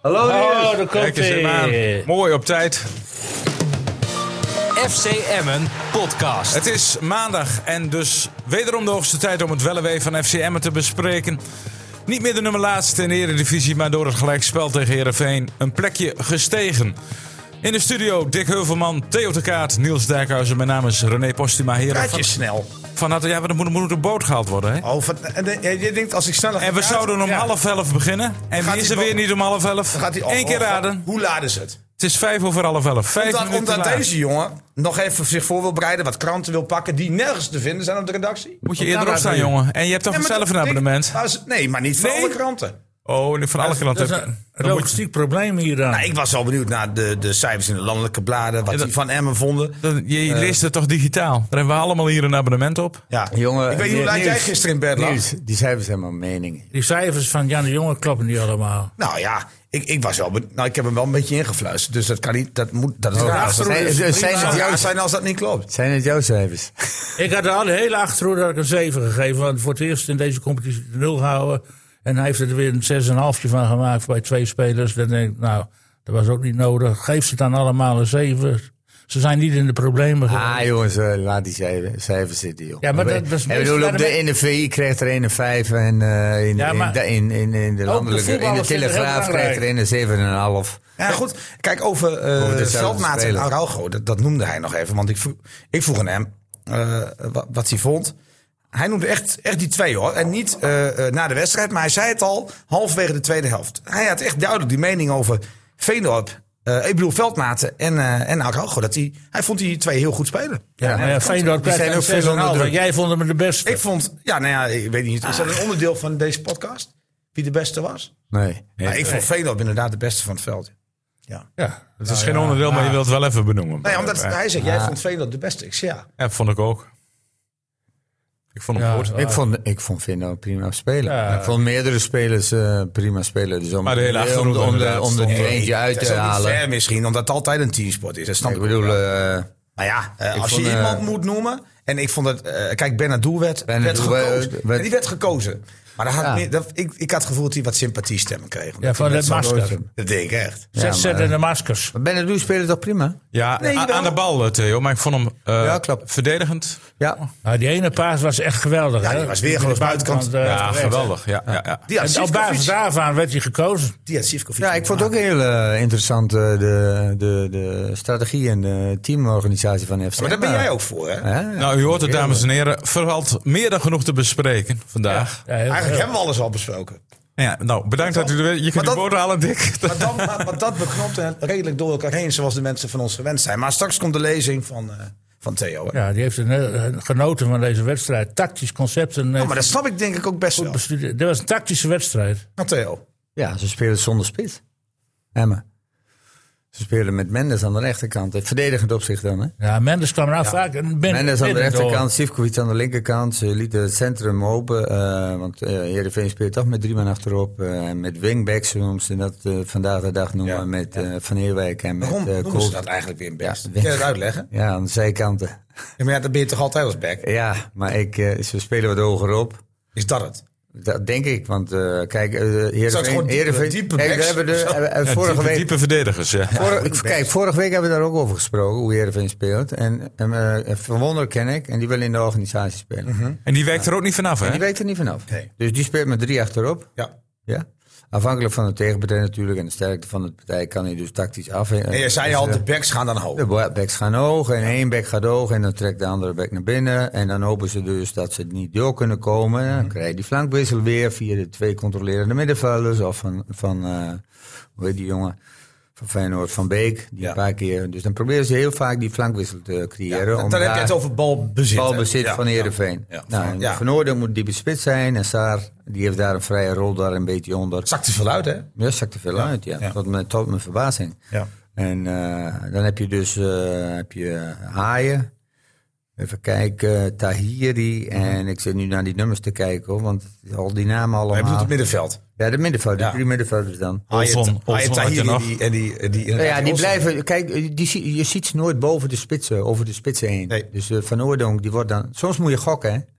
Hallo, daar komt Kijk eens hem aan. Mooi op tijd. FC Emmen podcast. Het is maandag en dus wederom de hoogste tijd om het wel en wee van FC Emmen te bespreken. Niet meer de nummer laatste in de Eredivisie, maar door het gelijkspel tegen Heerenveen een plekje gestegen. In de studio Dick Heuvelman, Theo de Kaat, Niels Dijkhuizen. Mijn naam is René Postuma. Praat je snel. Van harte, ja, maar er moet een boot gehaald worden, hè? Oh, je denkt als ik sneller ga En we praten, zouden om 10:30 beginnen. En wie is er weer niet om 10:30? Eén keer raden. Hoe laat is het? Het is 11:05. 5 minuten Omdat laat. deze jongen nog even zich voor wil bereiden, wat kranten wil pakken die nergens te vinden zijn op de redactie. Moet je eerder opstaan, jongen. En je hebt toch Ja, maar zelf een abonnement? Nee, maar niet voor Nee? alle kranten. Oh, van alle kranten. Dat is een logistiek probleem hier dan. Nou, ik was wel benieuwd naar de cijfers in de landelijke bladen, wat die van Emmen vonden. Je leest het toch digitaal? Daar hebben we allemaal hier een abonnement op. Ja. Jongen, Ik weet niet hoe laat jij gisteren in bed lag. Niels, die cijfers zijn maar meningen. Die cijfers van Jan de Jonge kloppen niet allemaal. Nou ja, ik was wel ik heb hem wel een beetje ingefluisterd. Dus dat kan niet, dat is Oh, raar. zijn Als dat niet klopt. Zijn het jouw cijfers? Ik had al de hele achterhoede had ik een 7 gegeven. Want voor het eerst in deze competitie de 0 gehouden. En hij heeft er weer een 6,5 van gemaakt bij 2 spelers. Dan denk ik, nou, dat was ook niet nodig. Geef ze dan allemaal een 7. Ze zijn niet in de problemen geweest. Ah jongens, laat die cijfers zitten, joh. Ja, maar dat is ik bedoel, in de VI krijgt er een 5 en in de landelijke, in de Telegraaf krijgt er een 7,5. Ja, goed. Kijk, over Veldmaat en Araujo, dat noemde hij nog even. Want ik vroeg aan hem wat hij vond. Hij noemde echt die 2, hoor. En niet na de wedstrijd, maar hij zei het al halverwege de tweede helft. Hij had echt duidelijk die mening over Veendorp. Ik bedoel Veldmaten en Araujo. Hij vond die 2 heel goed spelen. Ja, Veendorp krijgt ook 6,5. Jij vond hem de beste. Ik vond, ik weet niet. Is dat een onderdeel van deze podcast? Wie de beste was? Nee. Ik vond Veendorp inderdaad de beste van het veld. Ja. Het is geen onderdeel, maar je wilt het wel even benoemen. Nee, omdat hij zegt, jij vond Veendorp de beste. Ik zeg ja. Ja, vond ik ook. Ik vond hem goed. Ik vond Vindo prima spelen. Ja. Ik vond meerdere spelers prima spelen. Dus Maar de hele achterhoede om inderdaad, er nu eentje uit Dat is te ook niet halen. fair misschien, omdat het altijd een teamsport is. Dat snap Ik bedoel, maar ja, als je iemand moet noemen. En ik vond het. Kijk, Bernardo werd gekozen. En die werd gekozen. Maar ik had het gevoel dat hij wat sympathiestemmen kreeg. Ja, van het masker. Dat denk ik echt. Zet in de maskers. Maar Bernardo speelde toch prima? Ja, aan de bal, Theo. Maar ik vond hem klopt. verdedigend. Ja. Nou, die ene paas was echt geweldig. Ja, hè? die was weer gewoon buitenkant. Ja, geweldig. Ja. Die had En op basis daarvan werd hij gekozen. Sivkovic. Ja, ik vond het ook heel interessant de strategie en de teamorganisatie van FC. Maar daar ben jij ook voor, hè? Nou, u hoort het, dames en heren. Valt meer dan genoeg te bespreken vandaag. Ja, Eigenlijk hebben we alles al besproken. Ja, nou, bedankt dat u er weer. Je kunt de boot halen, Dick. Maar dat beknopt redelijk door elkaar heen, zoals de mensen van ons gewend zijn. Maar straks komt de lezing van Theo. Hè? Ja, die heeft genoten van deze wedstrijd. Tactisch concept. Maar dat snap ik denk ik ook best wel. Dit was een tactische wedstrijd. Nou, Theo. Ja, ze spelen zonder spits. Emma. Ze spelen met Mendes aan de rechterkant. Verdedigend opzicht dan, hè? Ja, Mendes kwam er vaak binnen. Mendes aan de rechterkant, Sivkovic aan de linkerkant. Ze lieten het centrum open. Want Heerenveen speelt toch met 3 man achterop. Met wingbacks, zoals ze dat vandaag de dag noemen. Ja. Met Van Eerwijk en met Waarom noemen ze Kool. dat eigenlijk weer best? Ja, Kun je dat uitleggen? Ja, aan de zijkanten. Ja, maar dat ben je toch altijd als back? Ja, maar ze spelen wat hoger op. Is dat het? Dat denk ik, want kijk, gewoon diepe backs? Vorige week... Diepe verdedigers, ja. Vorige week hebben we daar ook over gesproken, hoe Heerenveen speelt. En Van Wonder ken ik, en die wil in de organisatie spelen. En die werkt er ook niet vanaf, hè? En die weet er niet vanaf. Nee. Dus die speelt met 3 achterop. Ja. Afhankelijk van de tegenpartij natuurlijk en de sterkte van de partij kan hij dus tactisch af. En je zei al, de backs gaan dan hoog. De backs gaan hoog en één back gaat hoog en dan trekt de andere back naar binnen. En dan hopen ze dus dat ze niet door kunnen komen. Dan krijg je die flankwissel weer via de 2 controlerende middenvelders of van hoe heet die jongen? Van Feyenoord, Van Beek, die een paar keer. Dus dan proberen ze heel vaak die flankwissel te creëren. Dan heb je het over balbezit. Balbezit van Heerenveen. Van Oorden moet diepe spits zijn. En Saar, die heeft daar een vrije rol daar een beetje onder. Zakt er veel uit, hè? Ja, zakt er veel uit, ja. Tot mijn verbazing. Ja. En dan heb je dus Haaien. Even kijken, Tahiri. En ik zit nu naar die nummers te kijken, hoor. Want al die namen allemaal. Hij bedoelt het middenveld. Ja, de middenveld, de 3 middenvelders dan. Olson had je nog. Die blijven, kijk, je ziet ze nooit boven de spitsen, over de spitsen heen. Nee. Dus Van Oordonk, die wordt dan, soms moet je gokken, hè.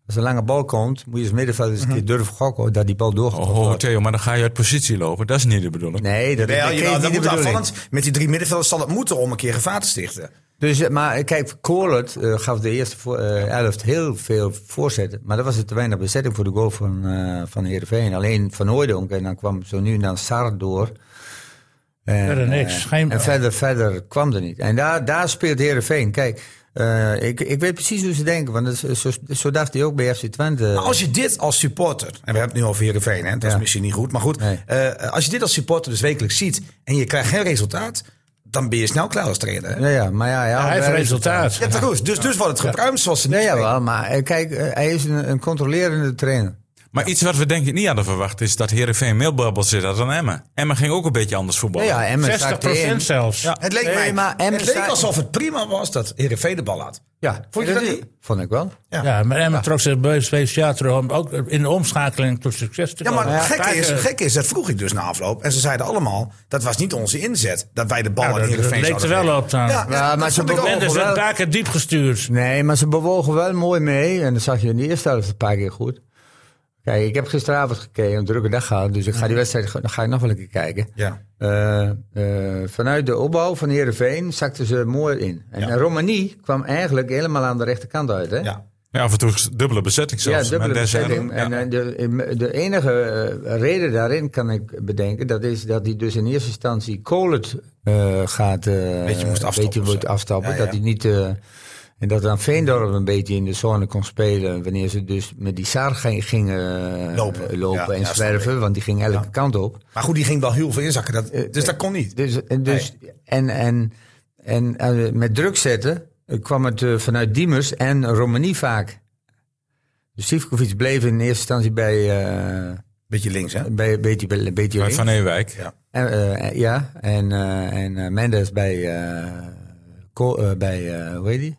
Als een lange bal komt, moet je als middenveld eens een keer durven gokken dat die bal doorgaat. Oh, Theo, maar dan ga je uit positie lopen. Dat is niet de bedoeling. Nee, dat is niet de bedoeling. Met die 3 middenvelders zal het moeten om een keer gevaar te stichten. Dus, maar kijk, Corlert gaf de eerste helft heel veel voorzetten. Maar dat was het te weinig bezetting voor de goal van Heerenveen. Alleen Van Hooijdonk en dan kwam zo nu en dan Sar door. Verder niks. En verder kwam er niet. En daar speelt Heerenveen. Kijk, ik weet precies hoe ze denken. Want zo dacht hij ook bij FC Twente. Maar als je dit als supporter, en we hebben het nu over Heerenveen, hè, dat is misschien niet goed. Maar goed, als je dit als supporter dus wekelijks ziet en je krijgt geen resultaat, dan ben je snel klaar als trainer. Hè? Ja, maar hij heeft resultaat. Ja, goed. Dus wordt het gepruimd zoals ze niet spelen. Ja, maar kijk, hij is een controlerende trainer. Maar iets wat we denk ik niet hadden verwacht is dat Heerenveen meer bubbel zit dan Emmen. Emmen ging ook een beetje anders voetballen. Ja, Emmen 60% zelfs. Ja, het leek alsof het prima was dat Heerenveen de bal had. Ja, vond je dat niet? Vond ik wel. Ja, maar Emmen trok zich bij theater om ook in de omschakeling tot succes te komen. Ja, maar gek is, dat vroeg ik dus na afloop. En ze zeiden allemaal, dat was niet onze inzet. Dat wij de bal aan Heerenveen zouden leek er wel op dan. Ja, maar ze bewogen wel een paar keer diep gestuurd. Nee, maar ze bewogen wel mooi mee. En dat zag je in de eerste helft een paar keer goed. Kijk, ik heb gisteravond gekeken, een drukke dag gehad. Dus ik ga die wedstrijd nog wel een keer kijken. Ja. Vanuit de opbouw van Heerenveen zakten ze mooi in. En Romani kwam eigenlijk helemaal aan de rechterkant uit. Hè? Ja, af en toe dubbele bezetting zelfs. Ja, dubbele bezetting. En de enige reden daarin kan ik bedenken, dat is dat hij dus in eerste instantie Corlert gaat afstappen. Ja. Dat hij niet... En dat dan Veendorp een beetje in de zone kon spelen. Wanneer ze dus met die Sar gingen lopen en zwerven. Want die ging elke kant op. Maar goed, die ging wel heel veel inzakken. Dus dat kon niet. En met druk zetten kwam het vanuit Diemers en Romani vaak. Dus Sivkovic bleef in eerste instantie bij... beetje links, hè? Beetje links. Van Ewijk. Ja. En Mendes bij... hoe heet die?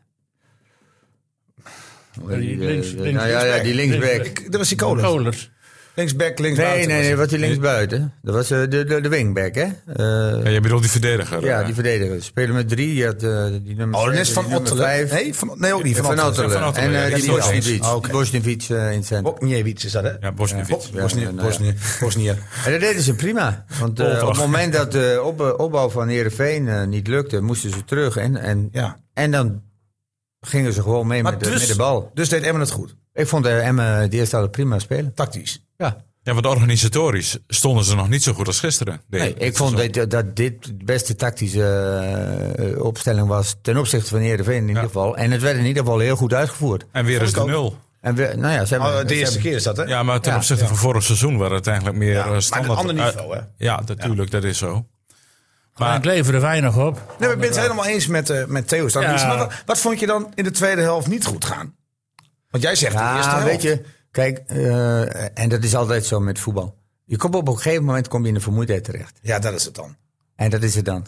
Die linksback. Dat was die Kohler. Linksback, linksbuiten. Nee, wat die linksbuiten. Dat was de wingback, hè? Je bedoelt die verdediger. Ja, die verdediger. Spelen met 3. Je had die nummer 6. Dat is van Ottelen. Nee, ook niet. Van Ottelen. En die Bosniewicz in het centrum. Bosniewicz is dat, hè? Ja, Bosniewicz. Bosnië. En dat deden ze prima. Want op het moment dat de opbouw van Heerenveen niet lukte, moesten ze terug. En dan gingen ze gewoon mee met de bal. Dus deed Emmen het goed? Ik vond Emmen de eerste helft prima spelen. Tactisch? Ja. Ja, want organisatorisch stonden ze nog niet zo goed als gisteren. Ik vond dat dit de beste tactische opstelling was ten opzichte van Heerenveen in ieder geval. En het werd in ieder geval heel goed uitgevoerd. En weer is de 0. En de eerste keer is dat, hè? Ja, maar ten opzichte van vorig seizoen waren het eigenlijk meer standaard. Maar een ander niveau, hè? Ja, natuurlijk, dat is zo. Maar ik lever er weinig op. Nee, ik ben het helemaal eens met Theo. Maar wat vond je dan in de tweede helft niet goed gaan? Want jij zegt de eerste helft. Weet je, kijk, en dat is altijd zo met voetbal. Je komt op een gegeven moment in de vermoeidheid terecht. Ja, dat is het dan. En dat is het dan.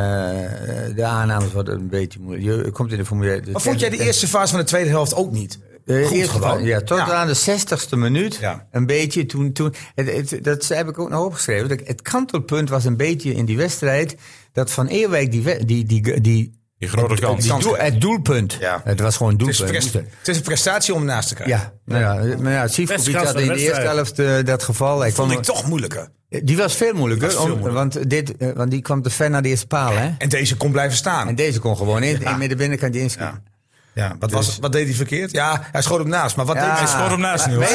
De aannames worden een beetje moeilijk. Je komt in de vermoeidheid. Maar vond jij de eerste fase van de tweede helft ook niet? Tot aan de 60ste minuut. Ja. Een beetje toen dat heb ik ook nog opgeschreven. Het kantelpunt was een beetje in die wedstrijd dat Van Ewijk die grote kans. Het doelpunt. Ja. Het was gewoon een doelpunt. Het is een prestatie om naast te krijgen. Ja, Sivkovic had in de eerste helft dat geval. Dat vond ik toch moeilijker. Die was veel moeilijker. Want die kwam te ver naar de eerste paal. Hè? En deze kon blijven staan. En deze kon gewoon met de binnenkant inschieten. Ja, wat deed hij verkeerd? Ja, hij schoot hem naast. Maar wat deed hij? Hij schoot hem naast nu.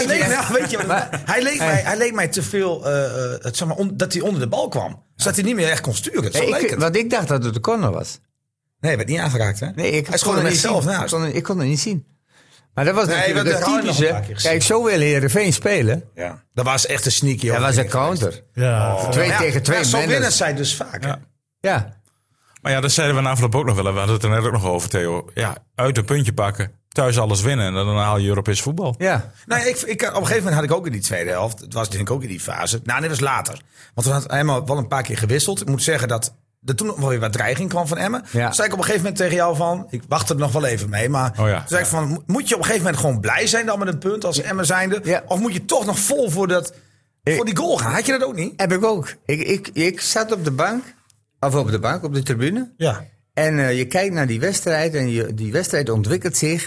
Hij leek mij te veel dat hij onder de bal kwam. Zodat hij niet meer echt kon sturen. Want ik dacht dat het de corner was. Nee, hij werd niet aangeraakt, hè? Nee, hij schoot hem echt zelf naast. Ik kon het niet zien. Maar dat was natuurlijk het typische. Kijk, zo wil Heerenveen spelen. Ja. Dat was echt een sneaky. Dat was een counter. Ja. 2 tegen 2. Zo winnen zij dus vaak. Ja. Maar ja, dat zeiden we na afloop ook nog wel. We hadden het er net ook nog over, Theo. Ja, uit een puntje pakken, thuis alles winnen en dan haal je Europees voetbal. Ja. Nou, op een gegeven moment had ik ook in die tweede helft. Het was denk ik ook in die fase. Nou, dit was later. Want toen had Emma wel een paar keer gewisseld. Ik moet zeggen dat er toen nog wel weer wat dreiging kwam van Emmen. Ja. Toen zei ik op een gegeven moment tegen jou van, ik wacht er nog wel even mee. Maar toen zei ik van, moet je op een gegeven moment gewoon blij zijn dan met een punt als Emmen zijnde? Ja. Of moet je toch nog vol voor die goal gaan? Had je dat ook niet? Heb ik ook. Ik zat op de bank. Of op de tribune. Ja. En je kijkt naar die wedstrijd en die wedstrijd ontwikkelt zich.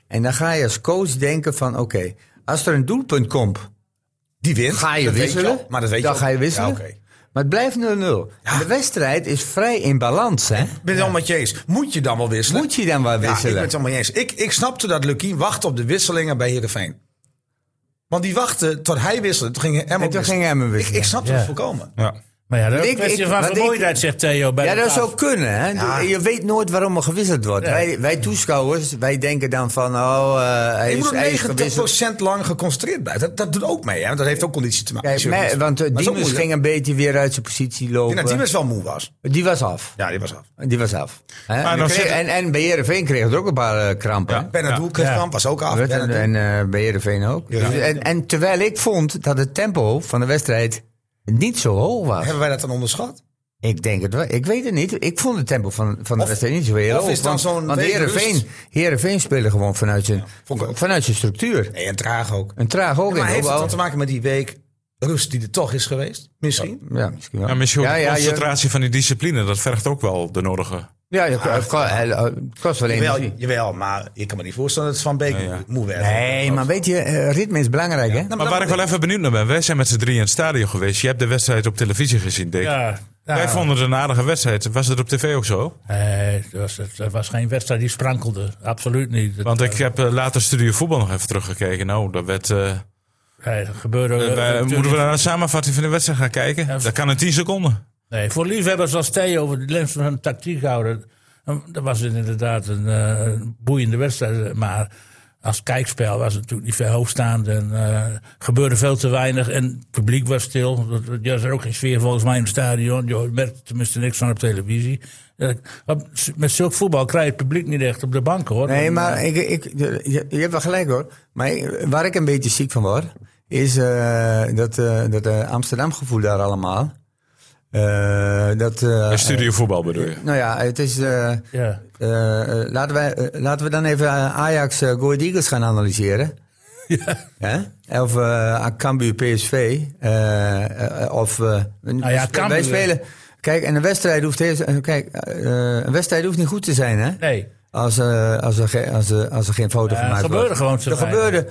En dan ga je als coach denken van, oké, als er een doelpunt komt, die wint, ga je wisselen. Maar dat weet je dan ook. ga je wisselen. Ja, okay. Maar het blijft 0-0. Ja. En de wedstrijd is vrij in balans. Hè? Ik ben het allemaal met je eens. Moet je dan wel wisselen? Moet je dan wel wisselen? Ja, ik ben het allemaal eens. Ik snapte dat Lukien wachtte op de wisselingen bij Heerenveen. Want die wachtte tot hij wisselde. Toen ging Emmen wisselen. Ik snapte het volkomen. Ja. Maar ja, dat is een kwestie van vermoeidheid, zegt Theo. Bij dat zou kunnen. Hè? Ja. Je weet nooit waarom er gewisseld wordt. Ja. Wij toeschouwers, wij denken dan van... hij je is moet 90% lang geconcentreerd blijven. Dat doet ook mee. Hè? Dat heeft ook conditie te maken. Kijk, want Diemers ging een beetje weer uit zijn positie lopen. Die Diemers wel moe was. Die was af. Ja, die was af. En bij Heerenveen kreeg er ook een paar krampen. Ja. Bernardo kreeg kramp, was ook af. En bij Heerenveen ook. Ja. En terwijl ik vond dat het tempo van de wedstrijd... niet zo hoog was. Hebben wij dat dan onderschat? Ik denk het wel. Ik weet het niet. Ik vond het tempo van de wedstrijd niet zo heel hoog. Is dan want Heerenveen speelde gewoon vanuit zijn structuur. Nee, en traag ook. Maar heeft het dan te maken met die week rust die er toch is geweest? Misschien? Ja, misschien wel. Ja, misschien de concentratie van die discipline. Dat vergt ook wel de nodige... Ja, het kost wel energie. Jawel, maar ik kan me niet voorstellen dat het Van Beek moe werd. Nee, maar weet je, ritme is belangrijk, hè? Maar waar ik wel even benieuwd naar ben. Wij zijn met z'n 3 in het stadion geweest. Je hebt de wedstrijd op televisie gezien, Dick. Ja. Wij vonden het een aardige wedstrijd. Was het op tv ook zo? Nee, het was geen wedstrijd die sprankelde. Absoluut niet. Want ik heb later Studio Voetbal nog even teruggekeken. Nou, dat werd... moeten we naar een samenvatting van de wedstrijd gaan kijken? Dat kan in 10 seconden. Nee, voor liefhebbers als Theo over de lens van een tactiek houden. Dat was inderdaad een boeiende wedstrijd. Maar als kijkspel was het natuurlijk niet veel hoogstaand. En gebeurde veel te weinig. En het publiek was stil. Er was er ook geen sfeer volgens mij in het stadion. Je merkte tenminste niks van op televisie. Met zulk voetbal krijg je het publiek niet echt op de bank, hoor. Nee, maar je hebt wel gelijk, hoor. Maar waar ik een beetje ziek van word... is dat Amsterdam gevoel daar allemaal... Bij Studio Voetbal bedoel je? Nou ja, het is... laten we dan even Ajax Go Ahead Eagles gaan analyseren. Ja. Of Cambuur PSV. Wij spelen... Kijk, en een wedstrijd hoeft niet goed te zijn, hè? Nee. Als er geen foto gemaakt wordt. Er gebeurde.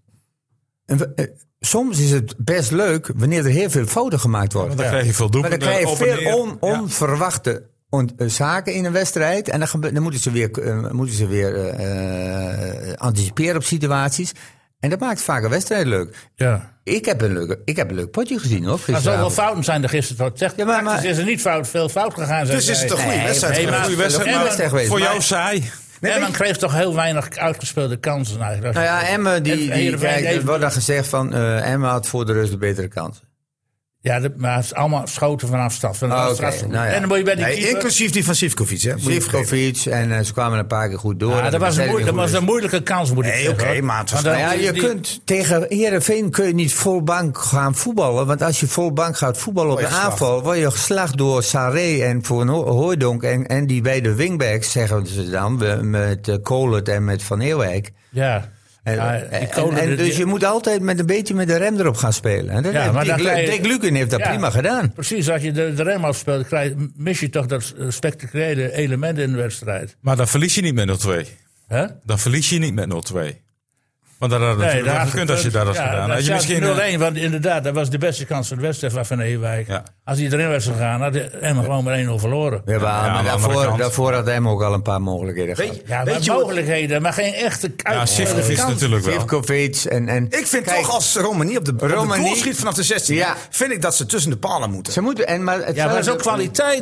Soms is het best leuk wanneer er heel veel foto gemaat wordt. Want dan krijg je veel doelpunten. Maar dan krijg je veel onverwachte zaken in een wedstrijd. En dan moeten ze weer anticiperen op situaties. En dat maakt vaak een wedstrijd leuk. Ja. Ik heb een leuk potje gezien, hoor. Maar zoveel fouten zijn er gisteren. Maar is er niet veel fout gegaan. Dus is het een goede wedstrijd. Maar voor jou saai. En dan kreeg toch heel weinig uitgespeelde kansen eigenlijk. Nou ja, Emmen, er wordt dan gezegd van Emmen had voor de rust de betere kansen. Ja, maar het is allemaal schoten van afstand. En dan moet je bij die keeper... Inclusief die van Sivkovic, hè? Sivkovic, en ze kwamen een paar keer goed door. Ja, dat was een moeilijke kans, moet ik zeggen. Oké, maar je kunt tegen Heerenveen kun je niet vol bank gaan voetballen. Want als je vol bank gaat voetballen op de aanval... word je geslacht door Sarré en Van Hooijdonk en die beide wingbacks, zeggen ze dan. Met Koolert en met Van Eerwijk. Ja. Dus je moet altijd met een beetje met de rem erop gaan spelen. Dick Luken heeft dat prima gedaan. Precies, als je de rem afspeelt, mis je toch dat spectaculaire element in de wedstrijd. Maar dan verlies je niet met 0-2. Huh? Dan verlies je niet met 0-2. Want dat had natuurlijk wel gekund als je dat had gedaan. Dat misschien 0-1, want inderdaad, dat was de beste kans van de wedstrijd van Ewijk. Ja. Als hij erin was gegaan, had Emmen gewoon met 1-0 verloren. Maar daarvoor had Emmen ook al een paar mogelijkheden gehad. Mogelijkheden, maar geen echte Sivkovic natuurlijk wel. Sivkovic en ik vind toch als Romani op de goal schiet vanaf de 16, vind ik dat ze tussen de palen moeten. Ze moeten maar dat is ook kwaliteit.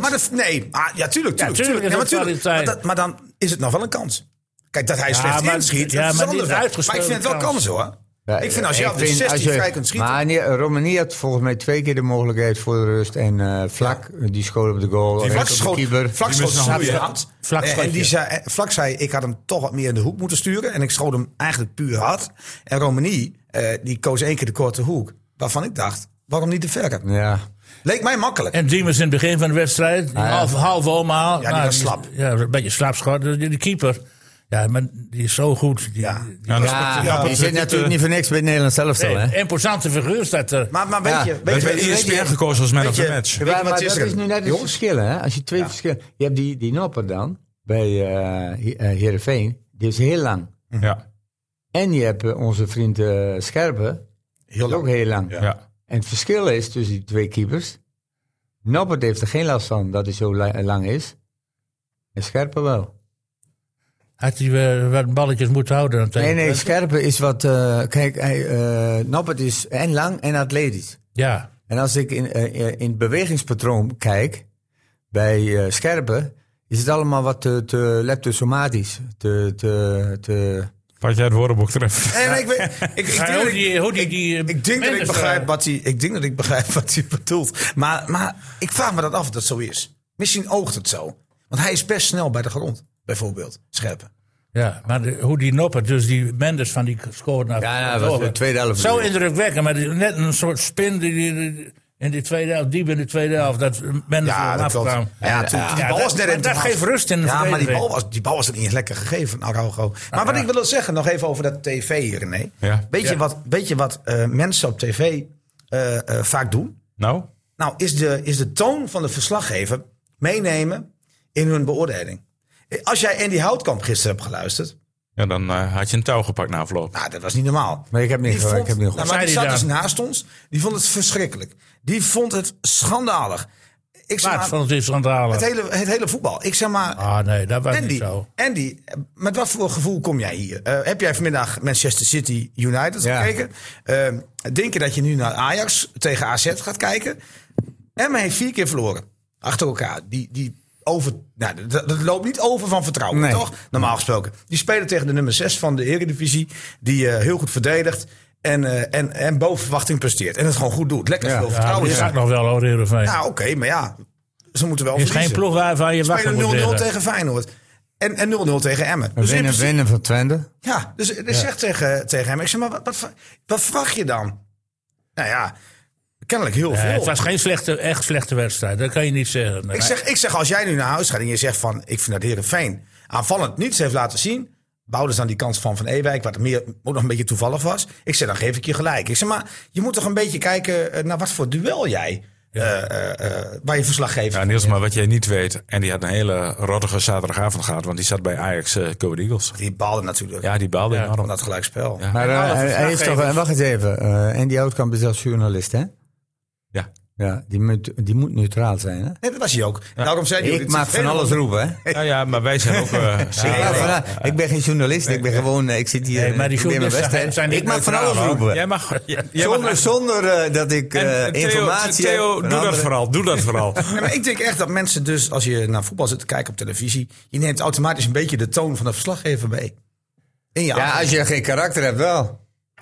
Tuurlijk. Maar dan is het nog wel een kans. Kijk, dat hij slecht inschiet, dat is anders. Maar ik vind het wel kans, hoor. Ja, ik vind als je op de 16 vrij kunt schieten... Maar Romani had volgens mij 2 keer de mogelijkheid voor de rust. En Vlak, die schoot op de goal. Die Vlak schoot Vlak zei, ik had hem toch wat meer in de hoek moeten sturen. En ik schoot hem eigenlijk puur hard. En Romani, die koos 1 keer de korte hoek. Waarvan ik dacht, waarom niet de verre? Ja. Leek mij makkelijk. En Diemers in het begin van de wedstrijd, half omhaal. Ja, die was slap. Ja, een beetje slapschot. De keeper... Ja, maar die is zo goed. Die zit natuurlijk niet voor niks bij het Nederlands elftal. Een imposante figuur staat er. Maar weet je... ESPN gekozen als man of the match. Maar dat is nu net het verschil, hè? Als je 2 verschillen... Je hebt die Nopper dan, bij Heerenveen. Die is heel lang. Ja. En je hebt onze vriend Scherpen. Ook heel lang. Ja. En het verschil is tussen die 2 keepers. Noppert heeft er geen last van dat hij zo lang is. En Scherpen wel. Had hij wat balletjes moeten houden? Nee, Scherpen is wat... kijk, Noppert is en lang en atletisch. Ja. En als ik in het bewegingspatroon kijk... bij Scherpen... is het allemaal wat te leptosomatisch. Wat jij het woordenboek treft. Ik denk dat ik begrijp wat hij bedoelt. Maar ik vraag me dat af of dat zo is. Misschien oogt het zo. Want hij is best snel bij de grond, bijvoorbeeld, Scherpen. Ja, maar hoe die Noppert, dus die Mendes van die scoorde... Ja, dat was de tweede helft. Zo indrukwekkend, maar net een soort spin die in de tweede helft, diep in de tweede helft, dat Mendes afkwam. Die bal was net in. Dat geeft rust in de verdediging. Maar die bal was er niet eens lekker gegeven, Araujo. Maar wat ik wil zeggen, nog even over dat tv hier, René. Ja. Weet je wat mensen op tv vaak doen? Nou, is de toon van de verslaggever meenemen in hun beoordeling. Als jij Andy Houtkamp gisteren hebt geluisterd... Ja, dan had je een touw gepakt na afloop. Nou, dat was niet normaal. Maar ik heb niet gehoord. Maar die zat dus naast ons. Die vond het verschrikkelijk. Die vond het schandalig. Vond het schandalig? Het hele voetbal. Ik zeg maar... Ah nee, dat was niet zo. Andy, met wat voor gevoel kom jij hier? Heb jij vanmiddag Manchester City United gekeken? Denk je dat je nu naar Ajax tegen AZ gaat kijken? Emma heeft 4 keer verloren. Achter elkaar. Dat loopt niet over van vertrouwen, toch? Normaal gesproken. Die spelen tegen de nummer 6 van de Eredivisie. Die heel goed verdedigt. En boven verwachting presteert. En het gewoon goed doet. Lekker veel vertrouwen. Je gaat nog wel hoor, Heerenveen. Ja, oké, maar ja. Ze moeten wel verliezen. Is geen ploeg waarvan je wakker moet spelen 0-0 tegen Feyenoord. En 0-0 tegen Emmen. Dus winnen van Twente. Ja, dus zegt tegen hem. Ik zeg, maar wat verwacht je dan? Nou ja... Kennelijk heel veel. Het was geen echt slechte wedstrijd. Dat kan je niet zeggen. Nee. Ik zeg, als jij nu naar huis gaat en je zegt van... ik vind dat Heerenveen aanvallend niets heeft laten zien... bouwden ze dan die kans van Ewijk... wat ook nog een beetje toevallig was. Ik zeg, dan geef ik je gelijk. Ik zeg, maar je moet toch een beetje kijken... naar wat voor duel jij... waar je verslaggever... Ja, Niels, maar wat jij niet weet... en die had een hele rottige zaterdagavond gehad... want die zat bij Ajax Go Ahead Eagles. Die baalde natuurlijk. Ja, die baalde enorm. Van dat gelijkspel. Ja. Maar hij is toch... Wacht eens even. Andy Houtkamp is als journalist, hè? Ja. Ja, die moet neutraal zijn, hè? Nee, dat was hij ook. Ja. Daarom zei hij ik mag van alles roepen, hè? Ja, maar wij zijn ook... Ik ben geen journalist, ik ben gewoon... Ik zit hier... Nee, maar die journalisten zijn ik mag van alles roepen. Jij mag... Zonder dat ik informatie... Theo, doe dat vooral. Ja, maar ik denk echt dat mensen dus, als je naar voetbal zit te kijken op televisie... je neemt automatisch een beetje de toon van de verslaggever mee. Ja, als je geen karakter hebt, wel.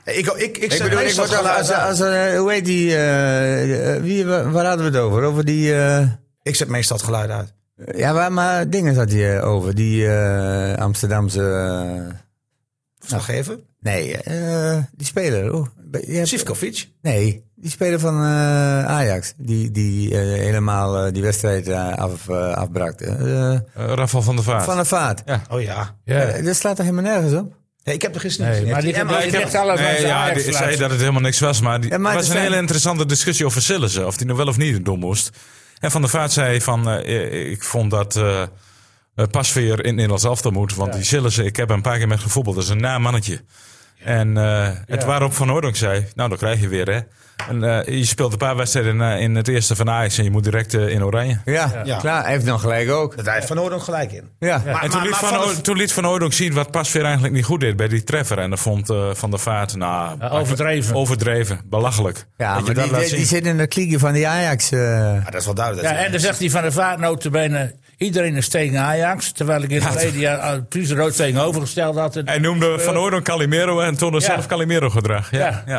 Hoe heet die... waar hadden we het over? Over die... Ik zet meestal het geluid uit. Ja, maar dingen zat hij over. Die Amsterdamse... Verslaggever? Nee, die speler. Sivkovic? Nee, die speler van Ajax. Die helemaal die wedstrijd afbrak. Rafael van der Vaart. Van der Vaart. Ja. Oh ja. Dat slaat er helemaal nergens op. Nee, ik heb er gisteren niet gezien. Maar die zei dat het helemaal niks was. Maar het was een hele interessante discussie over Sillissen. Of die nou wel of niet doen moest. En Van der Vaart zei van... ik vond dat Pasveer in het Nederlands elftal moet. Want die Sillissen, ik heb er een paar keer met gevoetbald. Dat is een naam mannetje. En het waarop Van Hooydonk zei... Nou, dan krijg je weer, hè. En, je speelt een paar wedstrijden in het eerste van Ajax... en je moet direct in oranje. Ja, klaar. Hij heeft dan gelijk ook. Dat heeft Van Hooydonk gelijk in. Ja. En toen liet Van Hooydonk zien wat Pasveer eigenlijk niet goed deed... bij die treffer. En dat vond Van der Vaart... Overdreven. Belachelijk. Ja, maar die zit in de kliekje van die Ajax. Ja, dat is wel duidelijk. Ja, en dan zegt hij Van der Vaart notabene... Iedereen is tegen Ajax. Terwijl ik in de media precies rood tegenovergesteld had. Hij noemde Van Hooydonk Calimero en toonde zelf Calimero gedrag.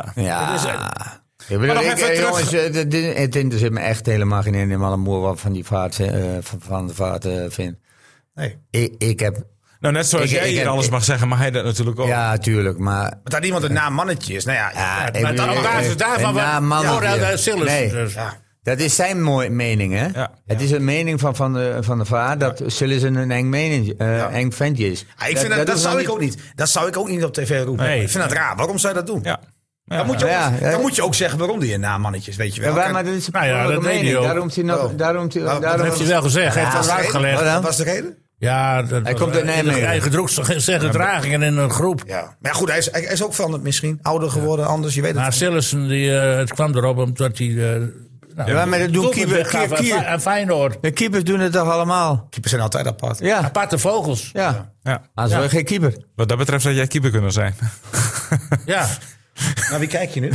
Jongens, het interesseert me echt helemaal geen ene moer wat van die Vaart van de Vaart vindt. Nee. Ik heb... Nou, net zoals jij hier alles mag zeggen, mag hij dat natuurlijk ook. Ja, tuurlijk, maar... Dat iemand een naam mannetje is, nou ja. Maar dan op basis daarvan... Dat is zijn mening, hè? Ja. Het is een mening van de Vaart dat Sillissen een eng ventje is. Ja, ik vind dat zou ik ook niet. Dat zou ik ook niet op tv roepen. Nee, ik vind dat raar. Waarom zou je dat doen? Ja. Dan moet je ook zeggen waarom die een naam mannetjes, weet je wel. Ja, maar dat is een persoonlijke mening. Daarom heeft hij wel gezegd. Hij heeft dat uitgelegd. Wat was de reden? Ja, hij komt in Nijmegen. Hij gedroeg zijn gedragingen in een groep. Ja. Maar goed, hij is ook van het misschien. Ouder geworden, anders, je weet het Maar Sillissen, het kwam erop omdat hij... maar dat doen keepers aan Feyenoord. De keepers doen het toch allemaal? Keepers zijn altijd apart. Ja. Aparte vogels. Ja. Als we geen keeper. Wat dat betreft zou jij keeper kunnen zijn. Ja. Naar wie kijk je nu?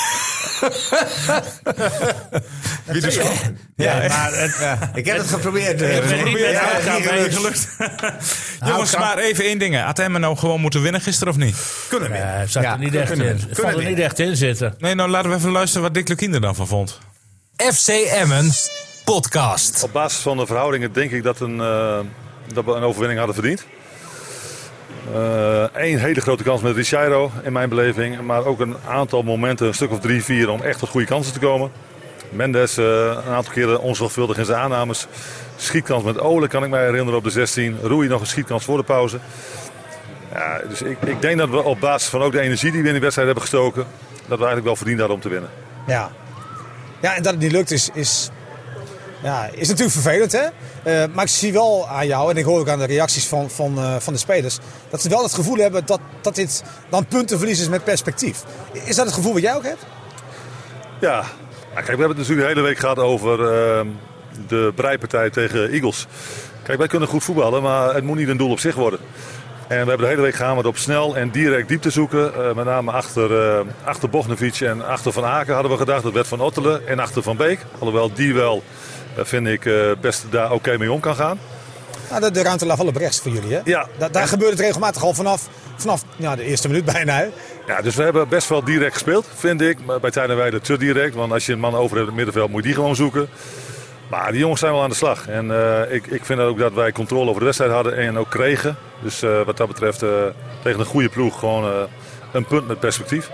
Wie dus Maar ik heb het geprobeerd. niet gelukt. Jongens, maar even één ding. Had Emmen nou gewoon moeten winnen gisteren of niet? Kunnen we. Het zat er niet echt in. Het vond er niet echt in zitten. Nee, nou laten we even luisteren wat Dick Lukien er dan van vond. FC Emmen podcast. Op basis van de verhoudingen denk ik dat we een overwinning hadden verdiend. Eén hele grote kans met Richeiro in mijn beleving. Maar ook een aantal momenten, een stuk of 3, 4 om echt tot goede kansen te komen. Mendes een aantal keren onzorgvuldig in zijn aannames. Schietkans met Ole kan ik mij herinneren op de 16. Rui nog een schietkans voor de pauze. Ja, dus ik denk dat we op basis van ook de energie die we in die wedstrijd hebben gestoken, dat we eigenlijk wel verdiend hadden om te winnen. Ja, en dat het niet lukt is natuurlijk vervelend, hè? Maar ik zie wel aan jou, en ik hoor ook aan de reacties van de spelers, dat ze wel het gevoel hebben dat dit dan puntenverlies is met perspectief. Is dat het gevoel wat jij ook hebt? Ja, kijk, we hebben het natuurlijk de hele week gehad over de breipartij tegen Eagles. Kijk, wij kunnen goed voetballen, maar het moet niet een doel op zich worden. En we hebben de hele week gehamerd op snel en direct diepte zoeken. Met name achter Bognovic en achter Van Aken hadden we gedacht. Dat werd Van Ottelen en achter Van Beek. Alhoewel die wel, vind ik, best daar oké mee om kan gaan. Nou, de ruimte lag wel op rechts voor jullie, hè? Ja. Daar gebeurt het regelmatig al vanaf de eerste minuut bijna. Hè? Ja, dus we hebben best wel direct gespeeld, vind ik. Maar bij Tijdenweide te direct. Want als je een man over hebt in het middenveld, moet je die gewoon zoeken. Maar die jongens zijn wel aan de slag. En ik vind ook dat wij controle over de wedstrijd hadden en ook kregen. Dus wat dat betreft tegen een goede ploeg gewoon een punt met perspectief.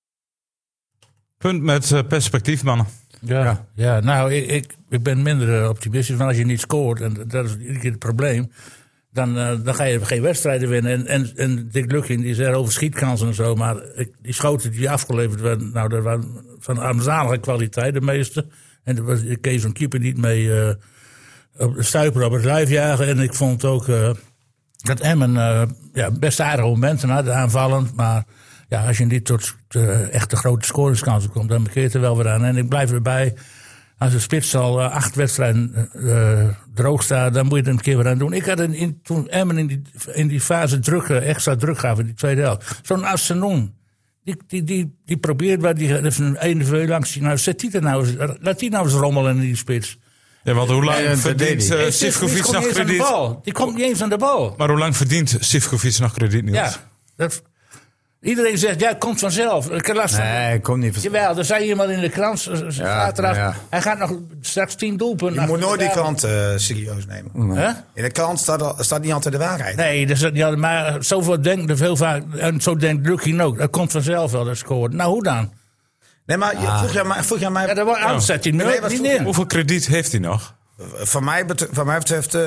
Punt met perspectief, mannen. Ja, nou, ik ben minder optimistisch. Want als je niet scoort, en dat is iedere keer het probleem, dan ga je geen wedstrijden winnen. En Dick Lukien die zei over schietkansen en zo, maar die schoten die afgeleverd werden, nou, dat waren van armzalige kwaliteit, de meeste. En ik kreeg zo'n keeper niet mee stuipen op het lijf jagen. En ik vond ook dat Emmen best aardige momenten had, aanvallend. Maar ja, als je niet tot echte grote scoringskansen komt, dan keert er wel weer aan. En ik blijf erbij, als de spits al 8 wedstrijden droog staat, dan moet je er een keer weer aan doen. Ik had toen Emmen in die fase extra druk gaf in die tweede helft. Zo'n Assenon. Die probeert wat, die heeft een ene langs. Nou, laat die nou eens rommelen in die spits. Ja, want hoe lang verdient Sivkovic nog krediet? Die komt niet eens aan de bal. Maar hoe lang verdient Sivkovic nog krediet, Niels? Ja, iedereen zegt, ja, het komt vanzelf. Nee, komt niet vanzelf. Jawel, er zei iemand in de krant zaterdag. Ja. Hij gaat nog straks 10 doelpunten. Je moet nooit die krant serieus nemen. Huh? In de krant staat niet altijd de waarheid. Nee, maar zoveel denkt er veel vaak. En zo denkt Lukien ook. Dat komt vanzelf wel, dat scoort. Nou, hoe dan? Nee, maar vroeg je mij... Ja, anders zet hij niet in. Hoeveel krediet heeft hij nog? Van mij betreft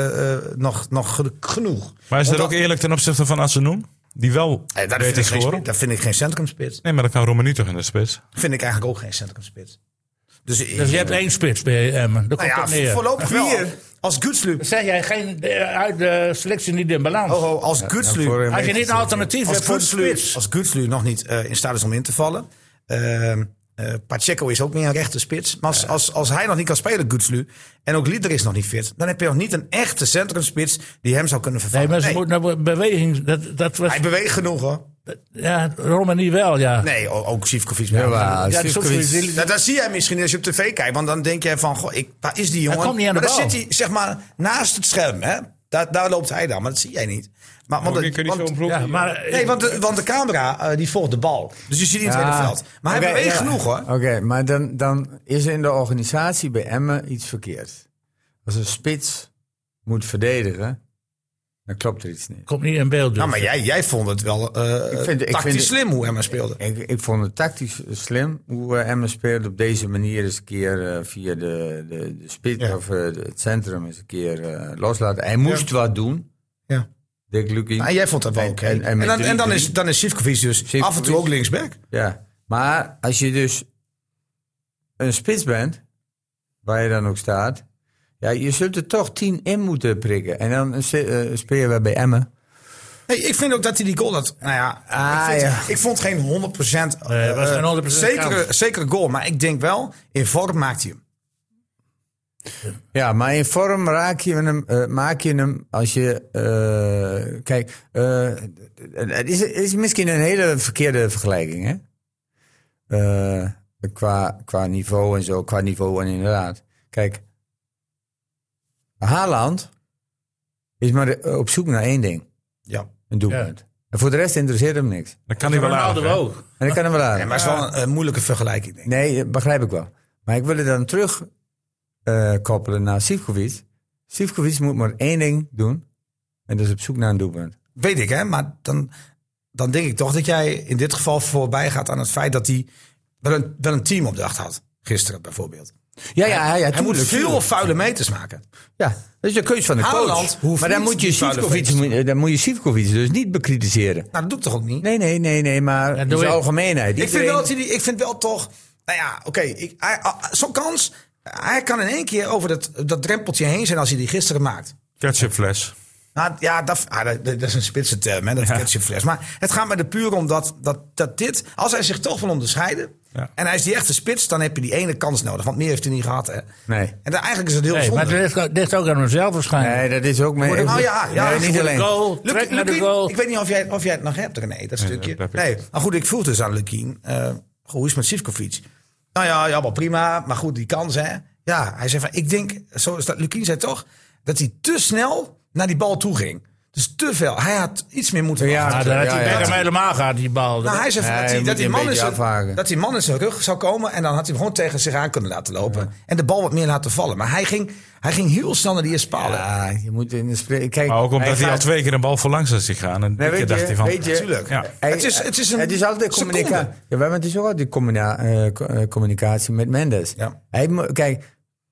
nog genoeg. Maar is dat ook eerlijk ten opzichte van Asenoen? Die wel beter scoren? Dat vind ik geen centrumspits. Nee, maar dan kan Romani toch in de spits? Vind ik eigenlijk ook geen centrumspits. Dus je hebt 1 spits bij Emmen. Voorlopig wel. Als Gutslu. Zeg jij geen uit de selectie niet in balans? Als Gutslu. Als je niet een alternatief hebt voor de spits. Als Gutslu nog niet in staat is om in te vallen. Pacheco is ook meer een rechte spits. Maar als hij nog niet kan spelen, Gutslu, en ook Lieder is nog niet fit, dan heb je nog niet een echte centrumspits die hem zou kunnen vervangen. Nee, maar ze moet naar beweging. Hij beweegt genoeg, hoor. Ja, Romani wel, ja. Nee, ook Sivkovic. Dat zie jij misschien als je op tv kijkt. Want dan denk je van, waar is die jongen? Hij komt niet aan de bal. Dan zit hij, zeg maar, naast het scherm. Hè? Daar loopt hij dan, maar dat zie jij niet. Want de camera die volgt de bal. Dus je ziet niet het hele veld. Maar hij beweegt genoeg, hoor. Oké, maar dan is er in de organisatie bij Emmen iets verkeerd. Als een spits moet verdedigen, dan klopt er iets niet. Komt niet in beeld. Dus. Nou, maar jij vond het wel tactisch slim hoe Emmen speelde. Ik vond het tactisch slim hoe Emmen speelde. Op deze manier eens een keer via de spits of het centrum eens een keer loslaten. Hij moest wat doen. Ja. Dick Lukien. Nou, jij vond dat wel oké. En dan is Sivkovic dus af en toe ook linksback. Ja, maar als je dus een spits bent, waar je dan ook staat, Ja, je zult er toch 10 in moeten prikken. En dan spelen we bij Emmen. Nee, ik vind ook dat hij die goal had. Nou ja, ik vond geen 100%. Was geen 100% zekere goal. Maar ik denk wel, in vorm maakt hij hem. Ja, maar in vorm maak je hem als je... kijk, het is misschien een hele verkeerde vergelijking, hè? Qua niveau en zo, qua niveau en inderdaad. Kijk, Haaland is maar op zoek naar 1 ding. Ja. Een doelpunt. Ja. En voor de rest interesseert hem niks. Dan kan hij wel aardig. En dat kan hem wel aardig. Nee, maar het is wel een moeilijke vergelijking, denk ik. Nee, begrijp ik wel. Maar ik wil het dan terug koppelen naar Sivkovic. Sivkovic moet maar 1 ding doen. En dat is op zoek naar een doelpunt. Weet ik, hè. Maar dan denk ik toch dat jij in dit geval voorbij gaat aan het feit dat hij wel een teamopdracht had. Gisteren bijvoorbeeld. Ja, hij moet veel vuile meters maken. Ja, dat is de keuze van de coach. Maar dan moet je Sivkovic dus niet bekritiseren. Nou, dat doe ik toch ook niet? Nee, maar in de algemeenheid. Ik vind wel toch... Nou ja, oké. Zo'n kans... Hij kan in 1 keer over dat drempeltje heen zijn als hij die gisteren maakt. Ketchupfles. Nou ja, dat is een spitse term, hè, dat ketchupfles. Maar het gaat me er puur om dat dit... Als hij zich toch wil onderscheiden... Ja. En hij is die echte spits, dan heb je die ene kans nodig. Want meer heeft hij niet gehad, hè. Nee. En eigenlijk is het heel zonde. Maar het ligt ook aan hemzelf waarschijnlijk. Nee, dat is ook mee. Niet alleen. Goal, trek naar de goal. Ik weet niet of jij het nog hebt, René, dat stukje. Nee, maar goed, ik vroeg dus aan Lukien. Hoe is het met Sivkovic? Nou ja, wel prima. Maar goed, die kans, hè. Ja, hij zei van, ik denk, zoals dat Lukien zei toch... dat hij te snel naar die bal toe ging. Dus te veel. Hij had iets meer moeten wachten. Ja, dan had hij Beckham helemaal gehad, die bal. Nou, hij zei dat die man in zijn rug zou komen... en dan had hij hem gewoon tegen zich aan kunnen laten lopen. Ja. En de bal wat meer laten vallen. Maar hij ging heel snel naar die eerste palen. Ja, je moet in de kijk, maar ook omdat hij al 2 keer een bal voorlangs is gegaan. En dacht hij van... Natuurlijk. Ja. Het is altijd communicatie. Ja, maar het is ook altijd communicatie met Mendes. Ja. Kijk...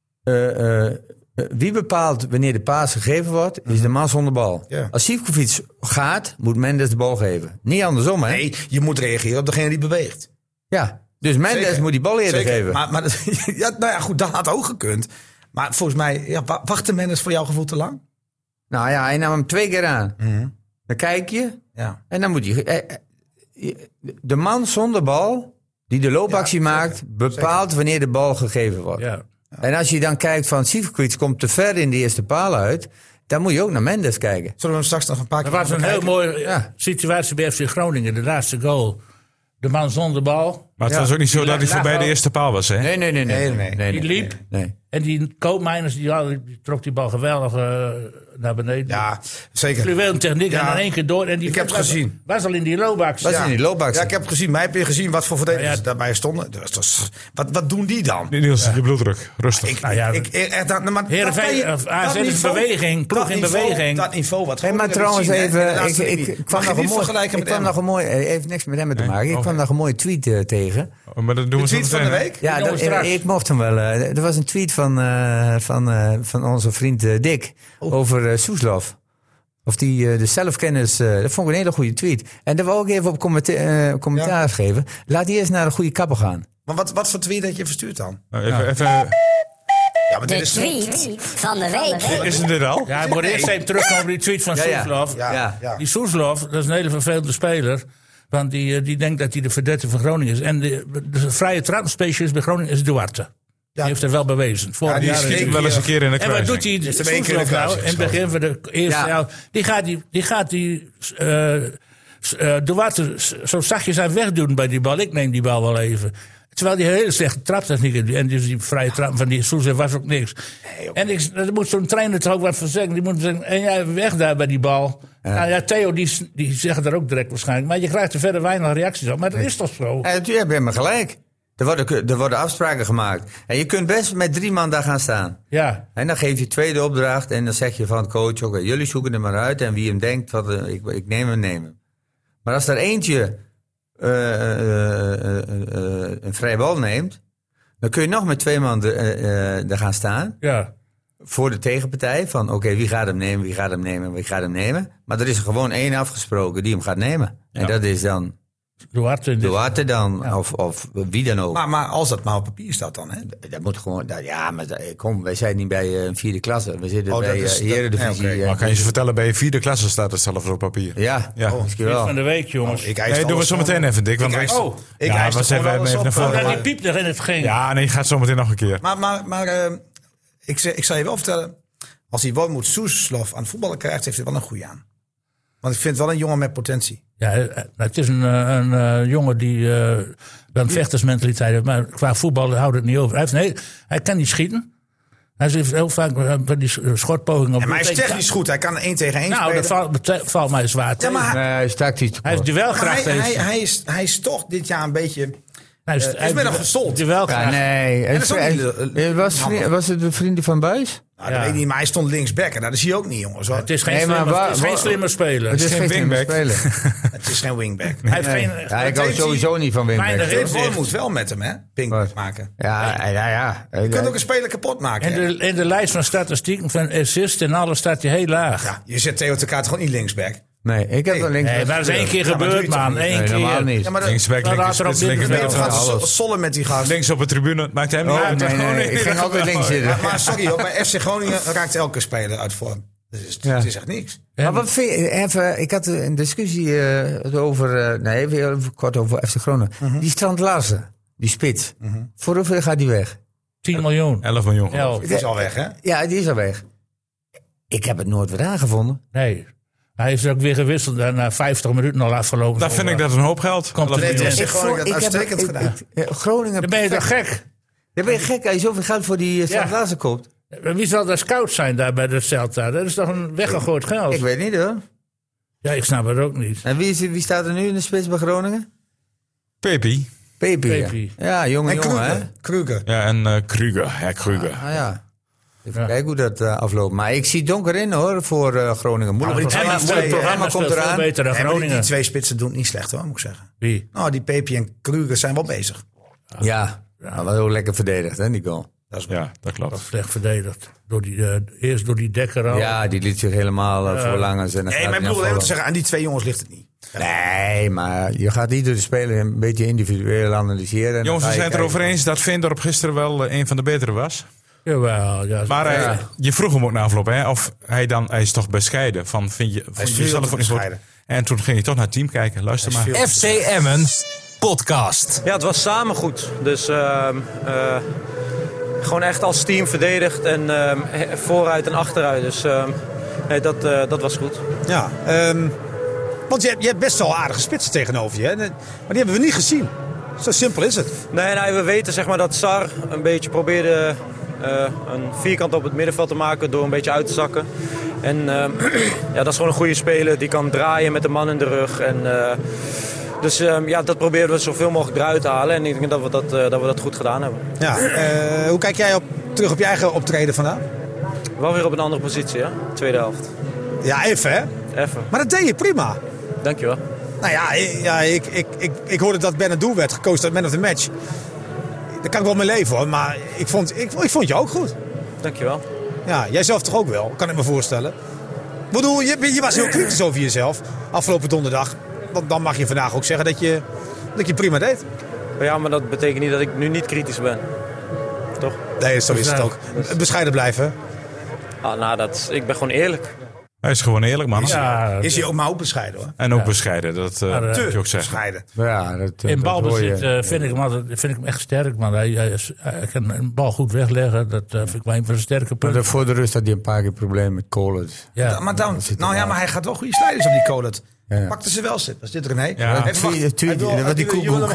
wie bepaalt wanneer de paas gegeven wordt, is de man zonder bal. Ja. Als Sivkovic gaat, moet Mendes de bal geven. Niet andersom, hè? Nee, je moet reageren op degene die beweegt. Ja, dus Mendes moet die bal eerder geven. Maar nou ja, goed, dat had ook gekund. Maar volgens mij, wachtte Mendes voor jouw gevoel te lang? Nou ja, hij nam hem 2 keer aan. Mm-hmm. Dan kijk je en dan moet je... De man zonder bal, die de loopactie maakt, bepaalt wanneer de bal gegeven wordt. Ja. En als je dan kijkt van Sivkovic komt te ver in de eerste paal uit... dan moet je ook naar Mendes kijken. Zullen we hem straks nog een paar keer... Er was een heel mooie situatie bij FC Groningen, de laatste goal. De man zonder bal. Maar het was ook niet zo dat hij voorbij de eerste paal was, hè? Nee. Die liep. Nee. En die Koopmeiners die trok die bal geweldig naar beneden. Ja, zeker. Fluweel techniek en in 1 keer door. En die ik heb het gezien. Was al in die loopbacks. Ja, ik heb het gezien. Maar heb je gezien wat voor verdedigers daarbij stonden? Wat doen die dan? Niels, je bloeddruk. Rustig. Heerenveen, AZ is beweging. Ploeg in beweging. Dat niveau wat maar trouwens even... Ik kwam nog een mooi... Heeft niks met hem te maken. Ik kwam nog een mooie tweet tegen. Maar dat doen we de tweet van de week? Ja, ik mocht hem wel. Er was een tweet van onze vriend Dick over Soeslof. Of die de zelfkennis. Dat vond ik een hele goede tweet. En daar wil ik even op commentaar geven. Laat die eerst naar een goede kapper gaan. Maar wat voor tweet had je verstuurd dan? Even... Ja, maar de tweet van de week. Is het dit al? Ja, ik moet eerst even terugkomen op die tweet van Soeslof. Ja. Die Soeslof, dat is een hele vervelende speler. Want die denkt dat hij de verdette van Groningen is. En de vrije trapspecialist bij Groningen is Duarte. Die heeft er wel bewezen. Die schiet wel eens een keer in de kruising. En wat doet hij Soeslof nou? In het begin van de eerste jaar. Die gaat Duarte zo zachtjes aan wegdoen bij die bal. Ik neem die bal wel even. Terwijl die hele slechte traptechniek heeft. En dus die vrije trap van die Soeslof was ook niks. En er moet zo'n trainer toch ook wat van zeggen. Die moet zeggen, en jij weg daar bij die bal. Nou ja, Theo die zegt er ook direct waarschijnlijk. Maar je krijgt er verder weinig reacties op. Maar dat is toch zo? Ja, je hebt helemaal gelijk. Er worden afspraken gemaakt. En je kunt best met 3 man daar gaan staan. Ja. En dan geef je 2e opdracht. En dan zeg je van coach, oké, jullie zoeken er maar uit. En wie hem denkt, ik neem hem. Maar als er eentje een vrije bal neemt, dan kun je nog met 2 man er gaan staan. Ja. Voor de tegenpartij. Van oké, wie gaat hem nemen. Maar er is er gewoon 1 afgesproken die hem gaat nemen. En dat is dan Duarte dan, ja. of wie dan ook. Maar als dat maar op papier staat dan, hè? Dat moet gewoon... kom, wij zijn niet bij een 4e klasse. We zitten bij Eredivisie. Okay. Maar kan je ze vertellen, bij een 4e klasse staat het zelfs op papier? Ja. Misschien wel. Van de week, jongens. Doen we zo meteen even, Dick. Want wat zijn wij even naar voren? Die piep erin het ging. Ja, nee, gaat zo meteen nog een keer. Maar ik zal je wel vertellen, als hij Wormoed Soeslof aan het voetballen krijgt, heeft hij wel een goede aan. Want ik vind het wel een jongen met potentie. Ja, het is een jongen die wel een vechtersmentaliteit heeft. Maar qua voetbal houdt het niet over. Hij kan niet schieten. Hij heeft heel vaak die schotpogingen op. Maar hij is technisch goed. Hij kan 1 tegen 1 spelen. Dat valt mij zwaar tegen. Ja, hij is tactisch te kort. Hij heeft duelkracht. Hij is toch dit jaar een beetje... Hij is met hem gestold. Was het de vrienden van Buijs? Dat weet ik niet, maar hij stond linksback. En dat is hij ook niet, jongens. Hoor. Het is geen slimme speler. Het is geen wingback. Het is geen wingback. Hij kan sowieso niet van wingback. De moet wel met hem, hè? Pingpong maken. Ja. Je kunt ook een speler kapot maken. In de lijst van statistieken van assist en alles staat hij heel laag. Ja, je zet Theo de Kaart gewoon niet linksback. Nee, ik heb wel linksback. Nee, maar dat is 1 keer gebeurd, man. 1 keer. Normaal niet. Linksback, linksback. Sollen met die gasten. Links op de tribune, maakt hem niet uit. Nee, ik ging altijd links zitten. Maar sorry hoor, bij FC Groningen raakt elke speler uit vorm. Dus het is echt niks. Maar wat vind je, even, ik had een discussie even kort over FC Groningen. Die Strand Larsen, die spits. Voor hoeveel gaat die weg? 10 miljoen. 11 miljoen. Die is al weg, hè? Ja, die is al weg. Ik heb het nooit weer aangevonden. Nee. Hij is ook weer gewisseld en na 50 minuten al afgelopen. Daar vind ik dat een hoop geld. Groningen dat uitstekend gedaan. Groningen. Dan ben je toch gek? Dan ben je gek als je zoveel geld voor die Strand Larsen koopt. Wie zal de scout zijn daar bij de Celta? Dat is toch een weggegooid geld? Ik weet niet hoor. Ja, ik snap het ook niet. En wie staat er nu in de spits bij Groningen? Pepi. Ja, jongen, hè? Kruger. Ja, en Kruger. Ja, Kruger. Ja. Even kijken hoe dat afloopt. Maar ik zie het donker in hoor voor Groningen. Moeilijk programma komt eraan. Beter dan Groningen. Die 2 spitsen doen het niet slecht hoor, moet ik zeggen. Wie? Nou, die Pepi en Kruger zijn wel bezig. Ja. Wel heel lekker verdedigd hè, die goal. Dat klopt. Slecht verdedigd. Eerst door die Dekker al. Ja, die liet zich helemaal voorlangen. Nee, maar ik bedoel even te zeggen, aan die 2 jongens ligt het niet. Nee, maar je gaat iedere speler een beetje individueel analyseren. Jongens, we zijn het erover eens dat Veendorp gisteren wel een van de betere was. Jawel, ja. Maar je vroeg hem ook na afloop, hè, of hij is toch bescheiden. Vind je jezelf ook niet goed? En toen ging hij toch naar het team kijken. Luister maar. FC Emmen podcast. Ja, het was samen goed. Dus gewoon echt als team verdedigd en vooruit en achteruit. Dus dat was goed. Ja, want je hebt best wel aardige spitsen tegenover je. Hè? Maar die hebben we niet gezien. Zo simpel is het. Nee, we weten zeg maar, dat Sar een beetje probeerde een vierkant op het middenveld te maken door een beetje uit te zakken. En dat is gewoon een goede speler. Die kan draaien met de man in de rug. En, dus dat proberen we zoveel mogelijk eruit te halen. En ik denk dat we dat goed gedaan hebben. Ja, hoe kijk jij terug op je eigen optreden vandaan? Wel weer op een andere positie, hè? Tweede helft. Ja, even hè? Even. Maar dat deed je prima. Dankjewel. Nou ja, ik hoorde dat Ben het doel werd gekozen tot man of the match. Daar kan ik wel mee leven hoor, maar ik vond je ook goed. Dankjewel. Ja, jij zelf toch ook wel, kan ik me voorstellen. Ik bedoel, je was heel kritisch over jezelf afgelopen donderdag. Dan mag je vandaag ook zeggen dat je prima deed. Ja, maar dat betekent niet dat ik nu niet kritisch ben. Toch? Nee, zo is het ook. Bescheiden blijven. Ik ben gewoon eerlijk. Hij is gewoon eerlijk, man. Is hij ook maar ook bescheiden, hoor. En ook bescheiden, dat moet je ook zeggen. Bescheiden. Ja, in balbezit vind ik hem echt sterk, man. Hij kan een bal goed wegleggen. Dat vind ik wel een van zijn sterke punten. Maar voor de rust had hij een paar keer problemen met Kolen. Ja. Maar hij gaat wel goede slijders op die Kolen. Ja. Pakte ze wel zit. Was dit René? Ja. Ik wil nog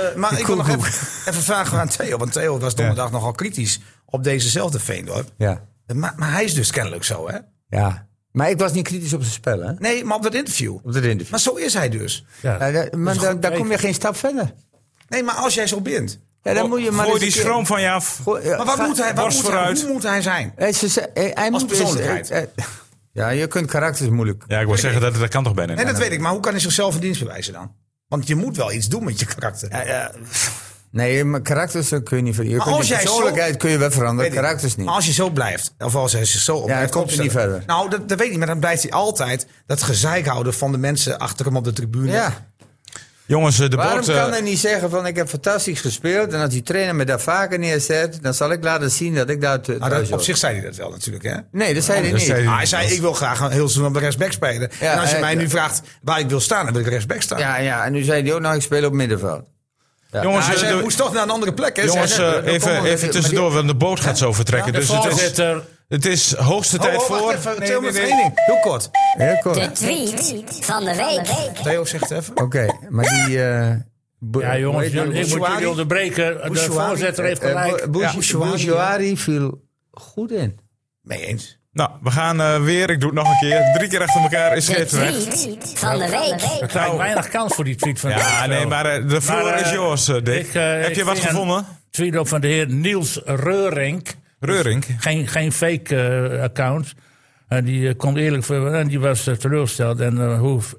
even vragen aan Theo. Want Theo was donderdag nogal kritisch op dezezelfde Veendorp. Ja. Maar hij is dus kennelijk zo, hè? Ja. Maar ik was niet kritisch op zijn spel, hè? Nee, maar op dat interview. Maar zo is hij dus. Ja. Daar kom je geen stap verder. Nee, maar als jij zo bent. Ja, dan moet je maar gooi die schroom van je af. Maar wat moet hij? Hoe moet hij zijn? Hij als persoonlijkheid. Ja, je kunt karakters moeilijk. Ja, ik wil zeggen dat kan toch bijna. Nee, dat weet ik. Maar hoe kan hij zichzelf een dienst bewijzen dan? Want je moet wel iets doen met je karakter. Nee, maar karakters kun je niet veranderen. Je persoonlijkheid kun je wel veranderen, karakters niet. Maar als je zo blijft, of als hij zich zo op het komt er niet verder. Nou, dat weet ik niet. Maar dan blijft hij altijd dat gezeik houden van de mensen achter hem op de tribune. Ja. Jongens, waarom kan hij niet zeggen van ik heb fantastisch gespeeld en als die trainer me daar vaker neerzet, dan zal ik laten zien dat ik daar op zich zei hij dat wel natuurlijk, hè? Nee, dat zei hij niet. Hij zei ik wil graag heel seizoen op de rechtsback spelen. Ja, en als je mij nu vraagt waar ik wil staan, dan wil ik rechtsback staan. Ja, en nu zei hij ook ik speel op middenveld. Ja. Jongens, hij zei, moest toch naar een andere plek. Hè? Jongens, even tussendoor, want de boot gaat zo vertrekken. Dus het is hoogste tijd voor... Training. Heel kort. De tweet van de week. Theo zegt even. Oké, maar die... ja, jongens, ik moet jullie onderbreken. De voorzitter heeft gelijk. Bouchouari viel goed in. Mee eens. Nou, we gaan weer. Ik doe het nog een keer. 3 keer achter elkaar is geen terecht. Van de week. Er krijgt weinig kans voor die tweet van de week. Ja, nee, maar de vloer is yours, Dick. Heb je wat gevonden? Een tweet op van de heer Niels Reurink. Reurink? Geen fake account. Die komt eerlijk voor. En die was teleurgesteld. En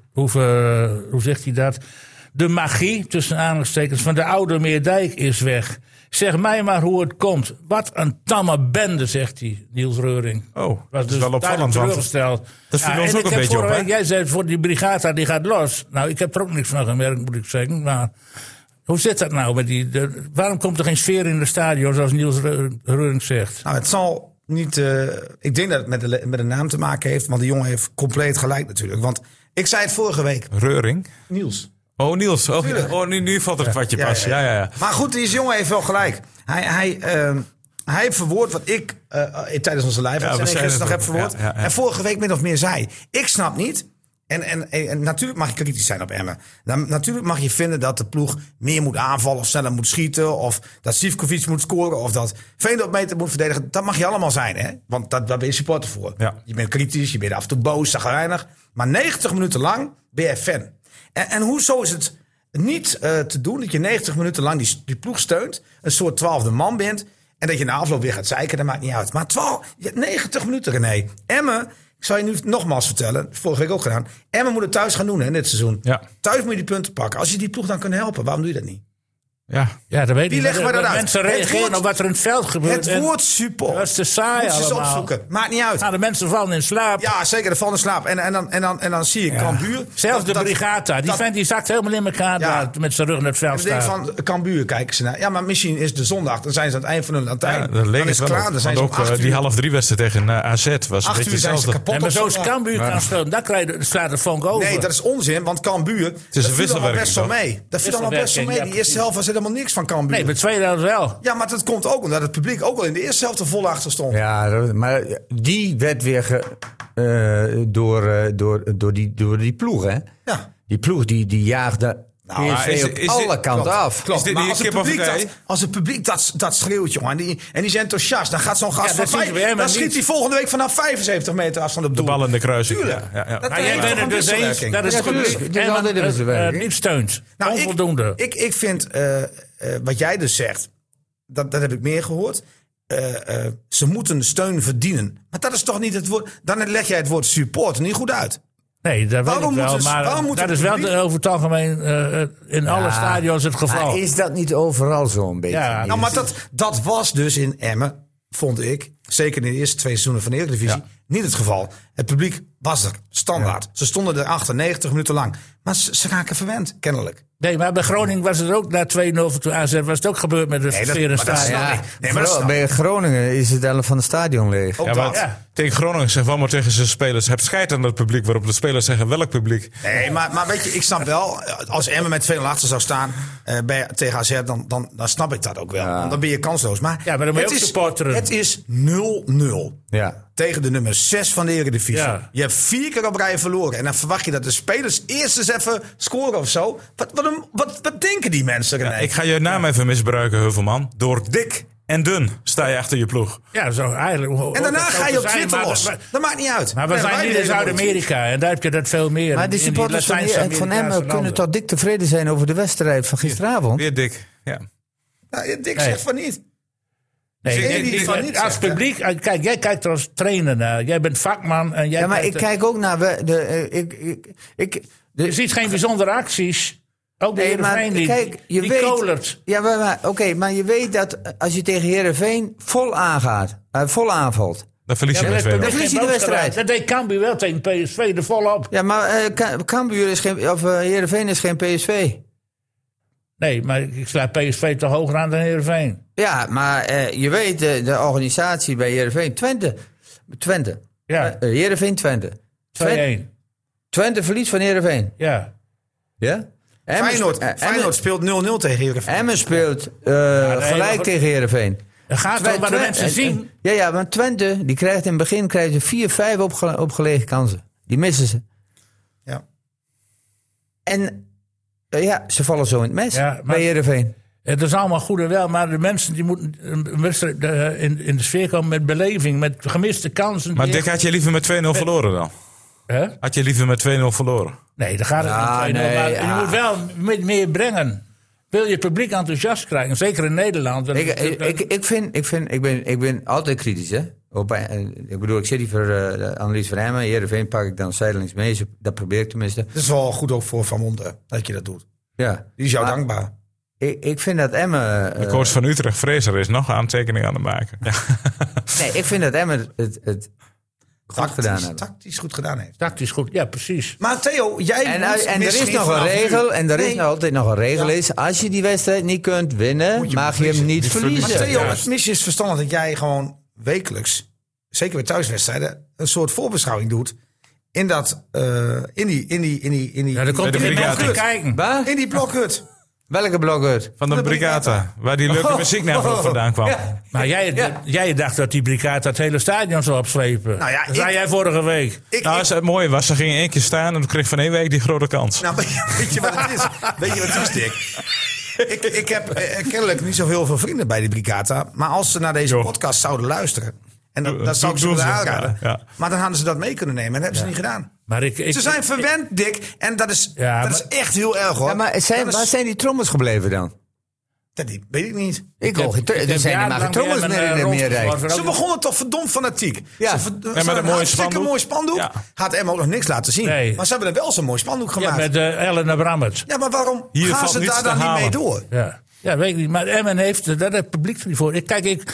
hoe zegt hij dat? De magie, tussen aanhalingstekens, van de oude Meerdijk is weg. Zeg mij maar hoe het komt. Wat een tamme bende, zegt hij, Niels Reurink. Oh, was dus wel opvallend. Teleurgesteld. Dat viel ons ook een beetje op, hè? Jij zei voor die brigade, die gaat los. Nou, ik heb er ook niks van gemerkt, moet ik zeggen. Maar hoe zit dat nou met waarom komt er geen sfeer in de stadion, zoals Niels Reurink zegt? Nou, het zal niet... ik denk dat het met de naam te maken heeft, want de jongen heeft compleet gelijk natuurlijk. Want ik zei het vorige week. Reurink? Niels. Oh, Niels. Oh, nu valt het kwartje pas. Ja. Maar goed, die jongen heeft wel gelijk. Hij heeft verwoord wat ik tijdens onze live-uitzending nog heb verwoord. Ja. En vorige week min of meer zei. Ik snap niet. En natuurlijk mag je kritisch zijn op Emmen. Natuurlijk mag je vinden dat de ploeg meer moet aanvallen of sneller moet schieten. Of dat Sivkovic moet scoren. Of dat Veendorp beter moet verdedigen. Dat mag je allemaal zijn, hè? Want daar ben je supporter voor. Ja. Je bent kritisch, je bent af en toe boos, chagrijnig. Maar 90 minuten lang ben je fan. En hoezo is het niet te doen dat je 90 minuten lang die ploeg steunt. Een soort 12e man bent. En dat je na afloop weer gaat zeiken, dat maakt niet uit. Maar 90 minuten, René. Emmen, ik zal je nu nogmaals vertellen. Vorige week ook gedaan. Emmen moet het thuis gaan doen in dit seizoen. Ja. Thuis moet je die punten pakken. Als je die ploeg dan kunt helpen, waarom doe je dat niet? Ja, dat weet ik. Wie leggen we dat uit? Mensen reageren op wat er in het veld gebeurt. Het woord support. Dat is te saai allemaal. Opzoeken. Maakt niet uit. Nou, de mensen vallen in slaap. Ja, zeker. De vallen in slaap. En dan zie je Cambuur. Zelfs de brigata. Die vent die zakt helemaal in elkaar met zijn rug naar het veld staan. Ik denk van Cambuur kijken ze naar. Ja, maar misschien is de zondag. Dan zijn ze aan het eind van hun Latijn. Ja, dan is het klaar. Dan zijn ze ook die 2:30 wedstrijd tegen AZ was een beetje hetzelfde. En maar zoals Cambuur kan spelen, daar slaat de vonk over. Nee, dat is onzin. Want Cambuur, dat viel allemaal best wel mee. Dat viel allemaal best wel mee. Die eerste helft was helemaal niks van Cambuur. Nee, de tweede helft wel. Ja, maar dat komt ook omdat het publiek ook al in de eerste helft er vol achter stond. Ja, maar die werd weer door die ploeg, hè? Ja. Die ploeg die jaagde PSV op alle kanten af. Klopt. Is dit maar als het publiek dat schreeuwt, jongen, en die is enthousiast, dan gaat zo'n gast dan schiet hij volgende week vanaf 75 meter afstand op doel. De bal in de kruising. Jij bent het dus eens dat is het niet steunt. Onvoldoende. Ik vind, wat jij dus zegt, dat heb ik meer gehoord. Ze moeten de steun verdienen. Maar dat is toch niet het woord. Dan leg jij het woord support niet goed uit. Nee, dat weet ik wel. Maar dat is wel over het algemeen in alle stadions het geval. Maar is dat niet overal zo'n beetje? Ja, nou, maar dat was dus in Emmen, vond ik, zeker in de eerste 2 seizoenen van de Eredivisie, niet het geval. Het publiek was er, standaard. Ze stonden er 98 minuten lang. Maar ze raken verwend, kennelijk. Nee, maar bij Groningen was het ook na 2-0 voor AZ was het ook gebeurd met de sfeer in het stadion. Bij Groningen is het helft van het stadion leeg. Tegen Groningen zegt wel maar tegen zijn spelers, heb scheid aan het publiek, waarop de spelers zeggen welk publiek. Nee, maar weet je, ik snap wel, als Emmen met 2-0 achter zou staan tegen AZ, dan snap ik dat ook wel. Want dan ben je kansloos. Maar dan moet je ook supporteren. Het is 0-0. Ja. Tegen de nummer 6 van de Eredivisie. Ja. Je hebt 4 keer op rij verloren. En dan verwacht je dat de spelers eerst eens even scoren of zo. Wat denken die mensen, René? Ik ga je naam even misbruiken, Heuvelman. Door dik en dun sta je achter je ploeg. Ja, zo eigenlijk. En daarna ga je op Twitter los. Dat maakt niet uit. Maar we zijn niet in Zuid-Amerika. En daar heb je dat veel meer. Maar de supporters van Emmen kunnen toch dik tevreden zijn over de wedstrijd van gisteravond? Weer dik, ja. Nou, Dick zegt van niet. Nee, als publiek, kijk, jij kijkt er als trainer naar. Jij bent vakman. En jij maar ik kijk ook naar. Je ziet geen bijzondere acties. Ook de Heerenveen die kolert. Ja, maar je weet dat als je tegen Heerenveen vol aangaat, vol aanvalt. Dan verlies je de wedstrijd. Dat deed Cambuur wel tegen PSV er volop. Ja, maar Cambuur is geen, of Heerenveen is geen PSV. Nee, maar ik sluit PSV toch hoger aan dan Heerenveen. Ja, maar je weet, de organisatie bij Heerenveen... Twente. Ja. Heerenveen Twente. 2-1. Twente verliest van Heerenveen. Ja. Ja? Feyenoord speelt 0-0 tegen Heerenveen. Emmen speelt gelijk tegen Heerenveen. Dat gaat toch wat de mensen zien. Ja, want Twente die krijgt in het begin 4-5 opgelegen kansen. Die missen ze. Ja. En ze vallen zo in het mes Ja, bij Heerenveen. Het is allemaal goed en wel, maar de mensen die moeten in de sfeer komen met beleving, met gemiste kansen. Maar Dick, had je liever met 2-0 verloren dan? Hè? Had je liever met 2-0 verloren? Nee, dat gaat het niet. Nee, maar je moet wel meer brengen. Wil je het publiek enthousiast krijgen, zeker in Nederland. Ik ben altijd kritisch, hè. Ik bedoel, ik zit hier voor de analyse van Emmen. Heerenveen pak ik dan zijdelings mee. Dat probeer ik tenminste. Dat is wel goed ook voor Van Monden dat je dat doet. Ja. Die is jou dankbaar. Ik vind dat Emmen... De coach van Utrecht, Fraser, is nog een aantekening aan het maken. Ja. Nee, ik vind dat Emmen het goed gedaan heeft. Tactisch goed gedaan heeft. Tactisch goed, ja, precies. Maar Theo, jij En er is nog een regel, en er is altijd nog een regel, is als je die wedstrijd niet kunt winnen, mag je hem niet verliezen. Maar Theo, het misje is verstandig dat jij gewoon wekelijks, zeker bij thuiswedstrijden, een soort voorbeschouwing doet. In dat, in die Ja, dan komt er weer nog te kijken. Waar? in die blokhut. Welke blokhut? Van de Brigata, waar die leuke muziek naar vandaan kwam. Ja. Maar jij dacht dat die Brigata het hele stadion zou opslepen. Nou ja, dat zei jij vorige week. Het mooie was, ze gingen 1 keer staan en toen kreeg Van Ewijk die grote kans. Nou, weet je wat het is? Weet je wat het is, Dick? Ik heb kennelijk niet zoveel veel vrienden bij die Brigata. Maar als ze naar deze podcast zouden luisteren... En dat zou ik ze willen aanraden. Ja. Maar dan hadden ze dat mee kunnen nemen. En dat hebben ze niet gedaan. Maar ze zijn verwend, Dick. En dat is echt heel erg, hoor. Ja, maar waar zijn die trommels gebleven dan? Dat weet ik niet. Er zijn maar geen trommels meer in de meerderheid. Ze begonnen toch verdomd fanatiek. Ja. Ze met een mooi spandoek. Ja. Had Emma ook nog niks laten zien. Nee. Maar ze hebben er wel zo'n mooi spandoek gemaakt. met Ellen Brammet. Ja, maar waarom Hier gaan valt ze niets daar te dan niet halen. mee door? Ja, weet ik niet. Maar Emmen heeft het publiek niet voor. Ik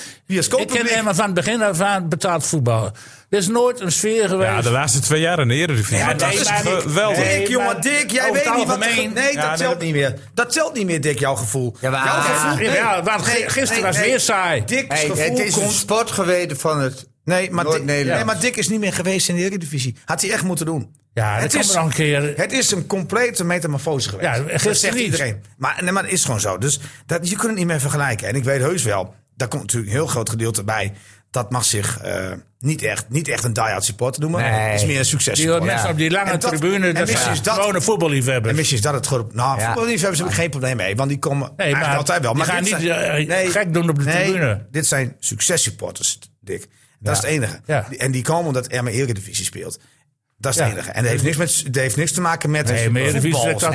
ken Emmen van het begin af aan betaald voetballen. Er is nooit een sfeer geweest. Ja, de laatste 2 jaar in de Eredivisie. Ja, dat is geweldig. Dick, jongen, Dick, jij weet niet wat... Nee, Ja, dat telt niet meer. Dat telt niet meer, Dick, jouw gevoel. Ja, maar- jouw gevoel... Want gisteren was weer saai. Dick's gevoel Het is een komt... sport geweten van het Nee, maar Noord-Nederland. Dick is niet meer geweest in de Eredivisie. Had hij echt moeten doen. Ja, dat komt nog een keer. Het is een complete metamorfose geweest. Ja, dat gisteren zegt niet. iedereen. Maar het is gewoon zo. Dus je kunt het niet meer vergelijken. En ik weet heus wel, daar komt natuurlijk een heel groot gedeelte bij. Dat mag zich niet echt een die-out supporter noemen. Nee. Het is meer een succes Die mensen op die lange tribune, dat zijn gewone voetballiefhebbers. En misschien is dat het gewoon... Nou, voetballiefhebbers heb ik geen probleem mee. Want die komen eigenlijk maar altijd wel. die Maar gaan dit niet gek doen op de tribune. Dit zijn successupporters, Dick. Dat is het enige. Ja. En die komen omdat Emmen Eredivisie speelt. Dat is het enige. En dat heeft niks te maken met Eredivisie voetbal.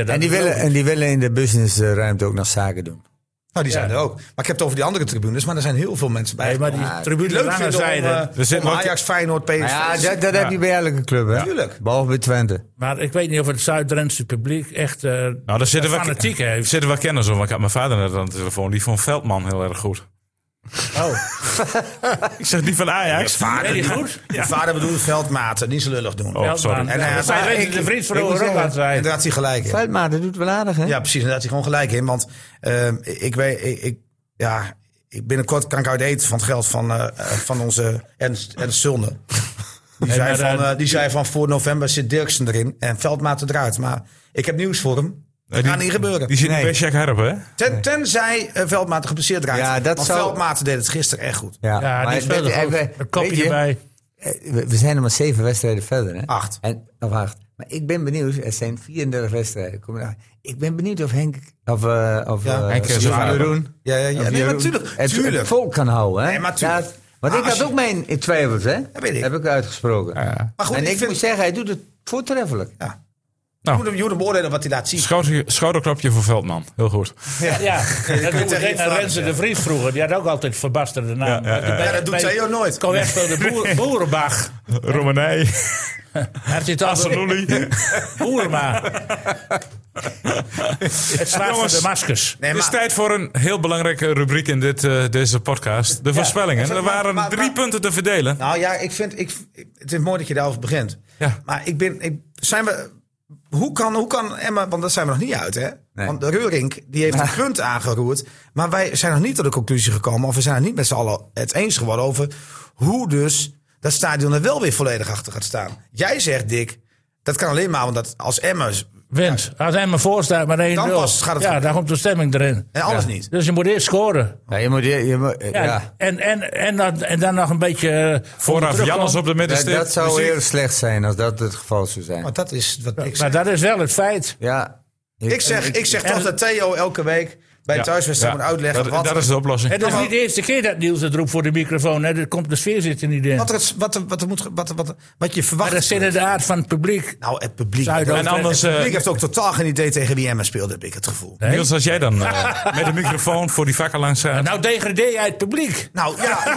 En die willen in de businessruimte ook nog zaken doen. Nou, die zijn er ook. Maar ik heb het over die andere tribunes. Maar er zijn heel veel mensen bij. Nee, maar die tribune leuk lange vinden zijde. om Ajax, Feyenoord, PSV. Ja, dat heb je bij elke club, hè? Tuurlijk. Behalve bij Twente. Maar ik weet niet of het Zuid-Drentse publiek echt Daar zitten fanatiek heeft. Er zitten wel kenners op. Ik had mijn vader net aan de telefoon. Die vond Veldman heel erg goed. Oh. Ik zeg die van Ajax. Weet je goed? Je vader bedoelde Veldmaten. Niet zo lullig doen. Oh, sorry. En Dat zijn de vriend van de Europa En zijn. daar had hij gelijk in. Veldmaat, dat doet wel aardig, hè? Ja, precies. En daar had hij gewoon gelijk in. Want binnenkort kan ik uit eten van het geld van onze Ernst Sulne. Die zei van voor november zit Dirksen erin en Veldmaten eruit. Maar ik heb nieuws voor hem. Dat gaat niet gebeuren. Die zit niet bij Jack Herp, hè? Tenzij Veldmaten geblesseerd raakt. Ja, dat want zou... Veldmaten deed het gisteren echt goed. Ja, die speelde goed. Een kopje erbij. We zijn er maar 7 wedstrijden verder, hè? 8. Of 8. Maar ik ben benieuwd, er zijn 34 wedstrijden. Ik ben benieuwd of Henk Henk is Jeroen. Ja, nee, natuurlijk. Het volk kan houden, hè? Nee, maar tuurlijk. Want ik had ook mijn twijfels, hè? Dat weet ik. Heb ik uitgesproken. Ja. Maar goed, en ik moet zeggen, hij doet het voortreffelijk. Ja. Nou. Je moet hem beoordelen wat hij laat zien. Schouderklapje voor Veldman. Heel goed. Ja, dat doet Renze de Vries vroeger. Die had ook altijd verbasterde naam. Ja, dat doet Theo nooit. Kom echt van de Boerenbach. Romanij. Had je het Asseloli. Boerma. Het slaat van de maskers. Het is tijd voor een heel belangrijke rubriek in deze podcast. De voorspellingen. Er waren 3 punten te verdelen. Nou ja, het is mooi dat je daarover begint. Ja. Maar hoe kan Emma, want dat zijn we nog niet uit, hè? Nee. Want de Reurink die heeft een punt aangeroerd. Maar wij zijn nog niet tot de conclusie gekomen. Of we zijn er niet met z'n allen het eens geworden over hoe dus dat stadion er wel weer volledig achter gaat staan. Jij zegt, Dick, dat kan alleen maar omdat als Emmers wint. Als Emmen voorstaat met 1-0. Dan pas gaat het dan komt de stemming erin. En alles niet. Dus je moet eerst scoren. Ja, je moet En dan nog een beetje... Vooraf Jannes op de middenstip. Dat zou heel slecht zijn als dat het geval zou zijn. Maar dat is wat ik zeg. Maar dat is wel het feit. Ja. Ik zeg toch dat Theo elke week bij thuiswedstrijd moet uitleggen. Dat is de oplossing. Het is niet de eerste keer dat Niels het roept voor de microfoon. Hè. De sfeer zit er niet in. Wat je verwacht. Maar dat zit in de aard van het publiek. Nou, het publiek. En anders, het publiek heeft ook totaal geen idee tegen wie Emmen speelde, heb ik het gevoel. Nee? Niels, als jij dan met een microfoon voor die vakken langs gaat. Nou, degradeer jij het publiek. Nou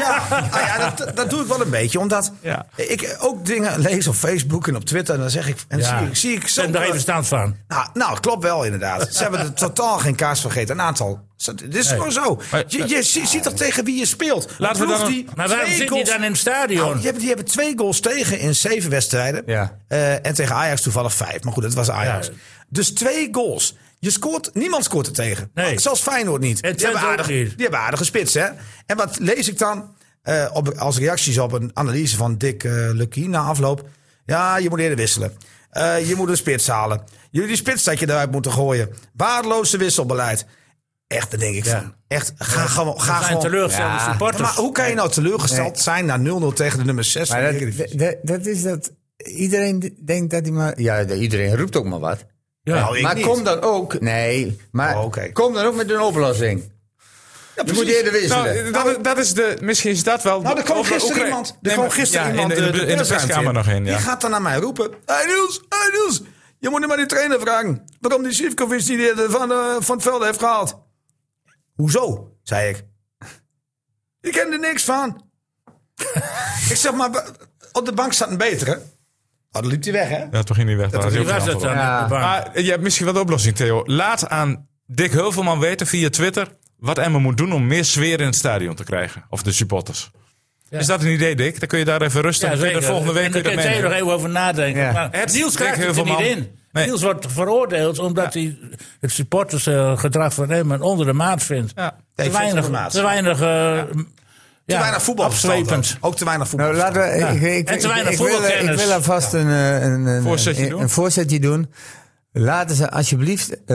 dat doe ik wel een beetje. Omdat ik ook dingen lees op Facebook en op Twitter. En dan zeg ik. En dan zie ik zo. En daar even stand van. Nou, klopt wel inderdaad. Ze hebben er totaal geen kaas vergeten. Een aantal. Dit is gewoon zo. Je ziet toch tegen wie je speelt. Laten we dan. Maar waarom zit je dan in het stadion? Nou, die hebben 2 goals tegen in 7 wedstrijden. Ja. En tegen Ajax toevallig 5. Maar goed, dat was Ajax. Ja. Dus 2 goals. Niemand scoort er tegen. Nee. Zelfs Feyenoord niet. Die hebben aardige spits, hè? En wat lees ik dan? Als reacties op een analyse van Dick Lucky na afloop. Ja, je moet eerder wisselen. Je moet een spits halen. Jullie spits dat je eruit moeten gooien. Waardeloze wisselbeleid. Echt, dan denk ik van. Echt, ga gewoon. Teleurgestelde supporters. Maar hoe kan je nou teleurgesteld zijn na 0-0 tegen de nummer 6 van de Eredivisie? Dat is dat. Iedereen denkt dat hij maar. Ja, iedereen roept ook maar wat. Ja. Nou, maar kom dan ook. Nee, maar kom dan ook met een oplossing. Ja, je moet eerder wisselen. Dat is misschien is dat wel. Nou, er kwam gisteren iemand. In de perskamer nog in. Die gaat dan naar mij roepen. Hey Niels. Je moet nu maar die trainer vragen. Waarom die Sivkovic die van het veld heeft gehaald. Hoezo? Zei ik. Je kent er niks van. Ik zeg maar, op de bank staat een betere. Oh, dan liep hij weg, hè? Ja, toch ging hij weg. Maar je hebt misschien wel de oplossing, Theo. Laat aan Dick Heuvelman weten via Twitter wat Emmen moet doen om meer sfeer in het stadion te krijgen. Of de supporters. Ja. Is dat een idee, Dick? Dan kun je daar even rustig de volgende week kun je er nog even over nadenken. Ja. Maar Niels krijgt het er niet in. Nee. Niels wordt veroordeeld omdat hij het supportersgedrag van Emmen onder de maat vindt. Ja. Te weinig voetbal. Afzwepend. Ook te weinig voetbal. Nou, laten we, en te weinig voetbalkennis. Ik wil alvast een voorzetje doen. Laten ze alsjeblieft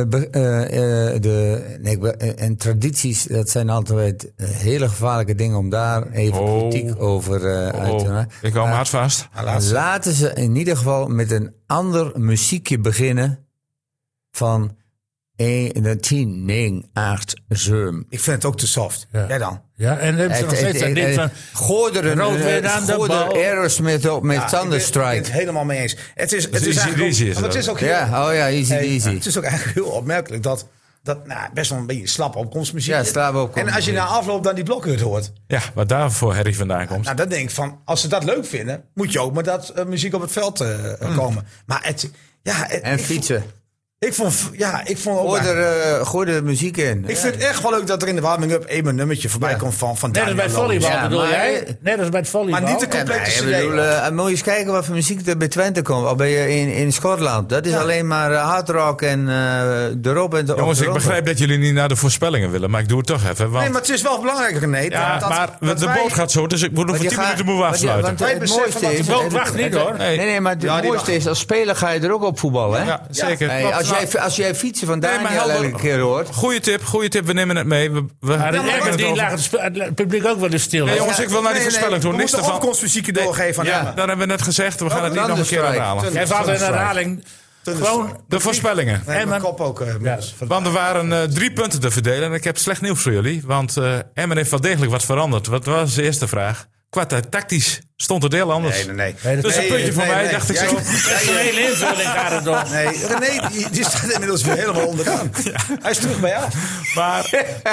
en tradities, dat zijn altijd hele gevaarlijke dingen om daar even kritiek over uit te maken. Ik hou me hard vast. Laten ze in ieder geval met een ander muziekje beginnen van 10, 9, 8, 7. Ik vind het ook te soft. Jij dan? Ja, en dan hebben ze nog steeds dat ding van... Gooi er Aerosmith op met Thunderstrike. Ik ben het helemaal mee eens. Het is ook heel... Het is ook eigenlijk heel opmerkelijk dat best wel een beetje slappe opkomstmuziek. Ja, slappe opkomst. En als je na afloop dan die blokhut hoort. Ja, wat daar voor herrie vandaan komt. Nou, dan denk ik van, als ze dat leuk vinden, moet je ook met dat muziek op het veld komen. Maar en fietsen. Ik vond ook... Gooi er muziek in. Ik vind het echt wel leuk dat er in de warming-up een nummertje voorbij komt van Net als bij het volleybal bedoel jij? Net als bij het volleybal. Maar niet de complete CD. Moet je eens kijken wat voor muziek er bij Twente komt. Of ben je in Schotland. Dat is alleen maar hard rock en erop en erop. Jongens, ik begrijp dat jullie niet naar de voorspellen willen. Maar ik doe het toch even. Want... Nee, maar het is wel belangrijk, René. Maar de boot gaat zo. Dus ik moet nog voor 10 minuten afsluiten. Het mooiste is... De boot wacht niet hoor. Nee, maar het mooiste is, als speler ga je er ook op voetballen. Ja, zeker. Als jij fietsen van Daniel elke keer hoort. Goeie tip, we nemen het mee. Het publiek ook wel eens stil. Nee, jongens, ik wil naar die voorspelling doen. We moeten de opkomstmuziekje doorgeven. Ja, dat hebben we net gezegd. We gaan het niet nog een keer herhalen. Jij valt in herhaling. Gewoon de voorspellingen. Mijn kop ook. Want er waren 3 punten te verdelen. En ik heb slecht nieuws voor jullie. Want Emmen heeft wel degelijk wat veranderd. Wat was de eerste vraag? Qua tactisch stond het heel anders. Nee. Dus een puntje voor mij, dacht ik zo. Dat is een hele invulling, gaat het door. Nee, René, die staat inmiddels weer helemaal onderaan. Hij is terug bij jou. Maar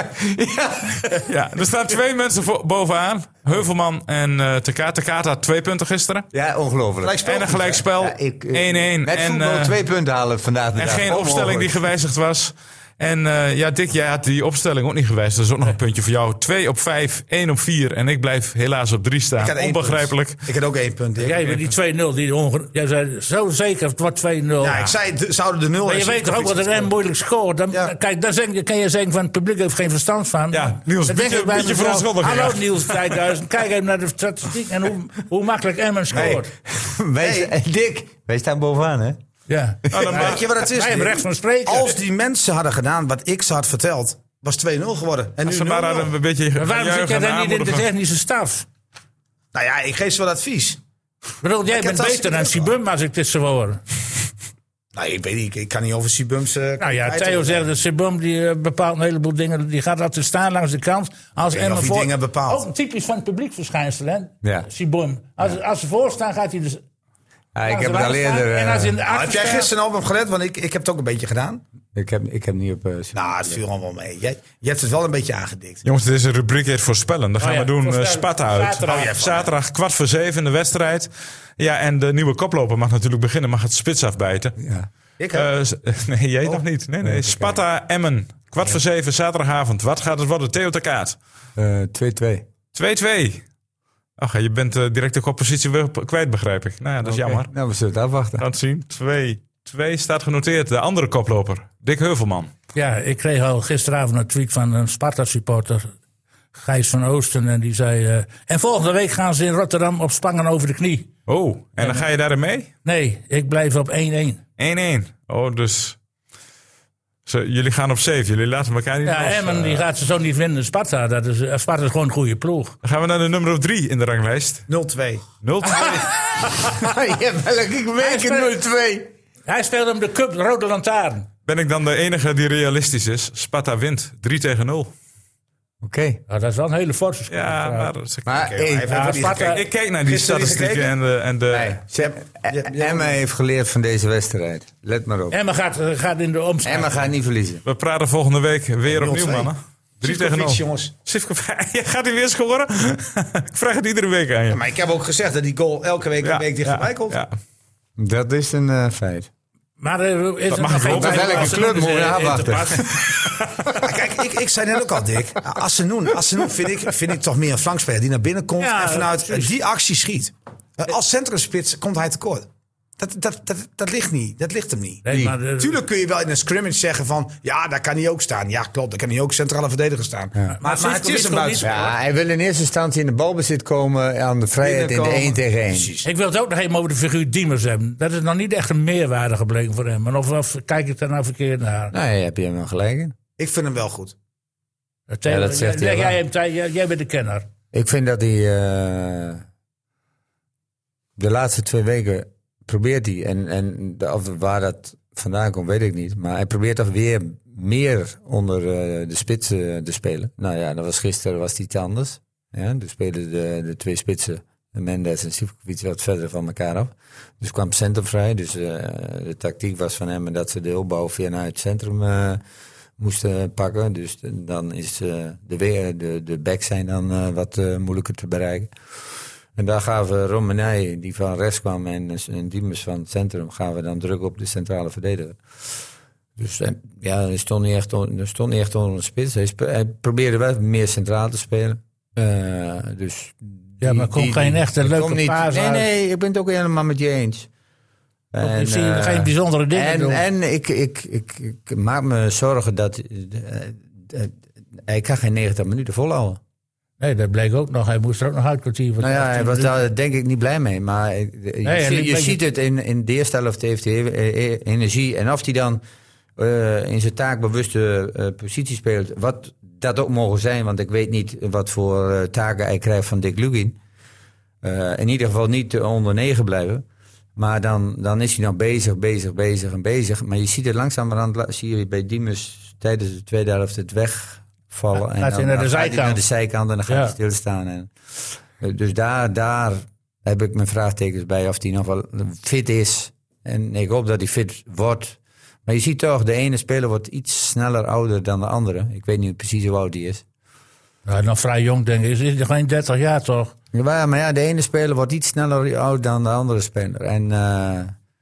er staan 2 mensen bovenaan. Heuvelman en Tekata had 2 punten gisteren. Ja, ongelooflijk. En een gelijkspel. 1-1. Met voetbal 2 punten halen vandaag. En geen opstelling die gewijzigd was. En Dick, jij had die opstelling ook niet gewijzigd. Dat is ook nog een puntje voor jou. 2 op 5, 1 op 4 en ik blijf helaas op 3 staan. Onbegrijpelijk. Ik had ook 1 punt. Jij met die 2-0, jij zei zo zeker, het wordt 2-0. Ja, ik zei, zouden de 0... Maar je weet toch ook dat een moeilijk scoort. Kijk, daar kan je zeggen van het publiek heeft geen verstand van. Ja, Niels, een beetje verontschuldiging. Hallo Niels 2000, kijk even naar de statistiek en hoe makkelijk Emmen scoort. Dick, wij staan bovenaan, hè? Ja. Weet je wat het is? Wij hebben recht van spreken. Als die mensen hadden gedaan wat ik ze had verteld, was 2-0 geworden. En nu ze waren een beetje. Maar waarom zit jij dan niet in de technische staf? Nou ja, ik geef ze wel advies. Jij bent beter dan Sibum als ik dit zo hoor. Nou, ik weet niet, ik kan niet over Sibums... Theo zegt dat Sibum die bepaalt een heleboel dingen. Die gaat altijd staan langs de kant. Als Emmen voor dingen bepaalt. Ook typisch van het publiekverschijnsel, hè? Ja. Sibum. Als ze voorstaan, gaat hij dus... Ja, ik heb het al eerder... heb jij gisteren op hem gelet? Want ik heb het ook een beetje gedaan. Ik heb niet op... het viel allemaal mee. Je hebt het wel een beetje aangedikt. Jongens, dit is een rubriek heet voorspellen. Dan gaan we doen Sparta uit. Zaterdag 6:15 de wedstrijd. Ja, en de nieuwe koploper mag natuurlijk beginnen. Mag het spits afbijten. Ja. Nee, jij nog niet. Nee. Sparta Emmen. 6:15 zaterdagavond. Wat gaat het worden? Theo Terkaat. 2-2. 2-2. Ach, je bent direct de koppositie weer kwijt, begrijp ik. Nou ja, dat is jammer. Nou, we zullen het afwachten. Gaan het zien. 2 staat genoteerd. De andere koploper, Dick Heuvelman. Ja, ik kreeg al gisteravond een tweet van een Sparta-supporter, Gijs van Oosten. En die zei... en volgende week gaan ze in Rotterdam op Spangen over de knie. Oh, en dan ga je daarin mee? Nee, ik blijf op 1-1. 1-1. Oh, dus... jullie gaan op 7. Jullie laten elkaar niet los. Emmen die gaat ze zo niet vinden. Sparta is gewoon een goede ploeg. Dan gaan we naar de nummer 3 in de ranglijst. 0-2. 0-2. Welke week 0-2? Hij speelt om de cup, de Rode Lantaarn. Ben ik dan de enige die realistisch is? Sparta wint 3-0. Oké. Nou, dat is wel een hele forse score. Ja, maar ik kijk naar die statistieken en de... Emma heeft geleerd van deze wedstrijd. Let maar op. Emma gaat in de omschakeling. Emma gaat niet verliezen. We praten volgende week weer opnieuw, mannen. 3-0. Jongens. Gaat hij weer scoren? Ik vraag het iedere week aan je. Ja, maar ik heb ook gezegd dat die goal elke week een week dichterbij komt. Ja. Dat is een feit. Maar is dat mag het wel. Welke club moet je afwachten? Kijk, ik zei net ook al, Dick. Assenoen vind ik toch meer een flankspeler die naar binnen komt en vanuit die actie schiet. Als centrumspits komt hij tekort. Dat ligt niet. Dat ligt hem niet. Nee, Tuurlijk kun je wel in een scrimmage zeggen van... Ja, daar kan hij ook staan. Ja, klopt. Daar kan hij ook centrale verdediger staan. Ja. Maar het is een buitenspeler. Ja, hij wil in eerste instantie in de balbezit komen... aan de vrijheid in de 1 tegen 1. Precies. Ik wil het ook nog even over de figuur Diemers hebben. Dat is nog niet echt een meerwaarde gebleken voor hem. Of kijk ik daar nou verkeerd naar? Nee, heb je hem wel gelijk in. Ik vind hem wel goed. Dat zegt jij bent de kenner. Ik vind dat hij... de laatste 2 weken... probeert hij, en waar dat vandaan komt, weet ik niet. Maar hij probeert toch weer meer onder de spitsen te spelen. Nou ja, gisteren was het iets anders. Ja, toen spelen de 2 spitsen, Mendes en Sivkovic, wat verder van elkaar af. Dus kwam het centrum vrij. Dus de tactiek was van hem dat ze de opbouw via naar het centrum moesten pakken. Dus dan is de backs zijn dan wat moeilijker te bereiken. En daar gaven Romanei, die van rechts kwam, en Diemers van het centrum, gaven dan druk op de centrale verdediger. Dus hij stond niet echt onder de spits. Hij probeerde wel meer centraal te spelen. Maar komt geen echte leuke paas uit. Nee, ik ben het ook helemaal met je eens. Ik zie geen bijzondere dingen doen. En ik maak me zorgen dat hij kan geen 90 minuten volhouden. Nee, dat bleek ook nog. Hij moest er ook nog uit kwartier van. Nou ja, hij was daar denk ik niet blij mee. Maar je ziet het in de eerste helft, heeft hij energie. En of hij dan in zijn taakbewuste positie speelt, wat dat ook mogen zijn. Want ik weet niet wat voor taken hij krijgt van Dick Lugin. In ieder geval niet onder 9 blijven. Maar dan is hij nog bezig. Maar je ziet het langzamerhand, zie je bij Diemers tijdens de tweede helft het wegvallen. En gaat hij naar de zijkant en dan gaat hij stilstaan. Dus daar heb ik mijn vraagtekens bij of hij nog wel fit is. En ik hoop dat hij fit wordt. Maar je ziet toch, de ene speler wordt iets sneller ouder dan de andere. Ik weet niet precies hoe oud hij is. Ja, nog vrij jong denk ik. Is hij geen 30 jaar toch? Ja, maar de ene speler wordt iets sneller oud dan de andere speler. En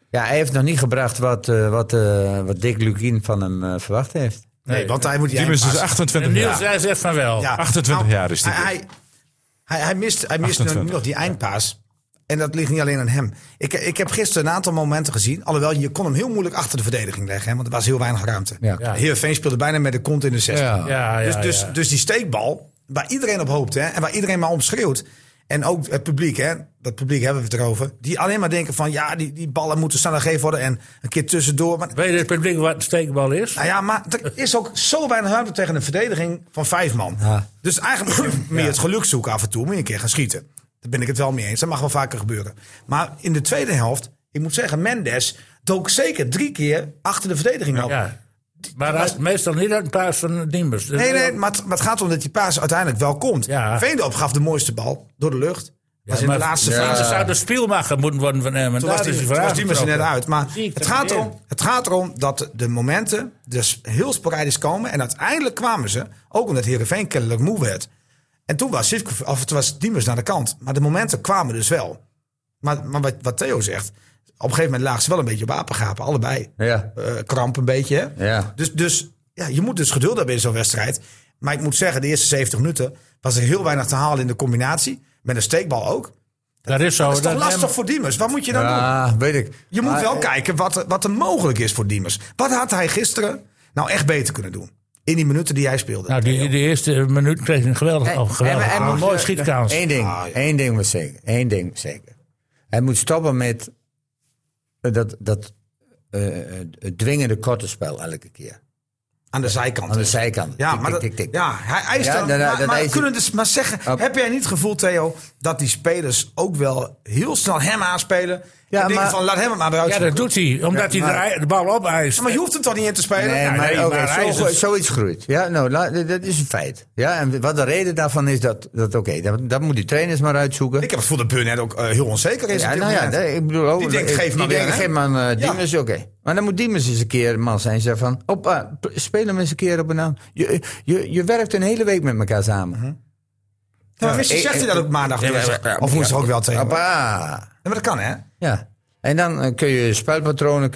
Ja, hij heeft nog niet gebracht wat Dick Lukien van hem verwacht heeft. Nee, want hij moet die Diemers is 28 jaar. Niels, hij zegt van wel. Ja. 28 jaar is hij. Hij mist nu nog die eindpaas. En dat ligt niet alleen aan hem. Ik heb gisteren een aantal momenten gezien. Alhoewel, je kon hem heel moeilijk achter de verdediging leggen. Hè, want er was heel weinig ruimte. Ja. Heerenveen speelde bijna met de kont in de 16. Ja. Dus die steekbal, waar iedereen op hoopt. Hè, en waar iedereen maar om schreeuwt. En ook het publiek, hè, dat publiek hebben we het erover. Die alleen maar denken van, ja, die ballen moeten sneller gegeven worden. En een keer tussendoor. Maar, weet je het publiek wat een steekbal is? nou ja, maar er is ook zo weinig ruimte tegen een verdediging van 5 man. Ja. Dus eigenlijk moet je meer het geluk zoeken af en toe. Moet je een keer gaan schieten. Daar ben ik het wel mee eens. Dat mag wel vaker gebeuren. Maar in de tweede helft, ik moet zeggen, Mendes dook zeker 3 keer achter de verdediging op. Ja. Maar hij is meestal niet uit een paas van Diemers. Dus Nee, maar het gaat om dat die paas uiteindelijk wel komt. Ja. Veendorp gaf de mooiste bal door de lucht. Was in de laatste Ze fase. zou de Spielmacher moeten worden van hem. En Toen daar is de vraag. Diemers er net uit. Maar Zie ik het gaat erom dat de momenten dus heel sporadisch komen. En uiteindelijk kwamen ze, ook omdat Heerenveen kennelijk moe werd. En toen was Diemers naar de kant. Maar de momenten kwamen dus wel. Maar wat Theo zegt, op een gegeven moment lagen ze wel een beetje op apengapen. Allebei. Ja. Kramp een beetje. Hè? Ja. Dus ja, je moet dus geduld hebben in zo'n wedstrijd. Maar ik moet zeggen, de eerste 70 minuten was er heel weinig te halen in de combinatie. Met een steekbal ook. Dat is toch lastig voor Diemers? Wat moet je dan doen? Ja, weet ik. Je moet wel kijken wat er mogelijk is voor Diemers. Wat had hij gisteren nou echt beter kunnen doen? In die minuten die hij speelde. Nou, die eerste minuut kreeg hij een geweldig. Een mooie schietkans. Eén ding was zeker. Hij moet stoppen met dat dwingende korte spel elke keer. Aan de zijkant. Aan de zijkant. Ja, Tik. Ja, hij is Ja, maar kunnen dus maar zeggen, heb jij niet het gevoel, Theo, dat die spelers ook wel heel snel hem aanspelen? Ja, en denken van, laat hem het maar eruit. Ja, dat doet hij, omdat hij de bal opeist. Maar je hoeft hem toch niet in te spelen? Nee, maar zoiets groeit. Ja, nou, dat is een feit. Ja, en wat de reden daarvan is, dat moet die trainers maar uitzoeken. Ik heb het gevoel dat Burnett ook heel onzeker is. Ja, nou ja, ik bedoel ook. Die denkt, geef maar Diemers, oké. Maar dan moet Diemers eens een keer een man zijn en zeggen van, speel hem eens een keer op een naam. Je werkt een hele week met elkaar samen. Ja, maar misschien zegt hij dat ook maandag. Of moest er ook wel tegen. Ja, maar dat kan, hè? Ja. En dan kun je spelpatronen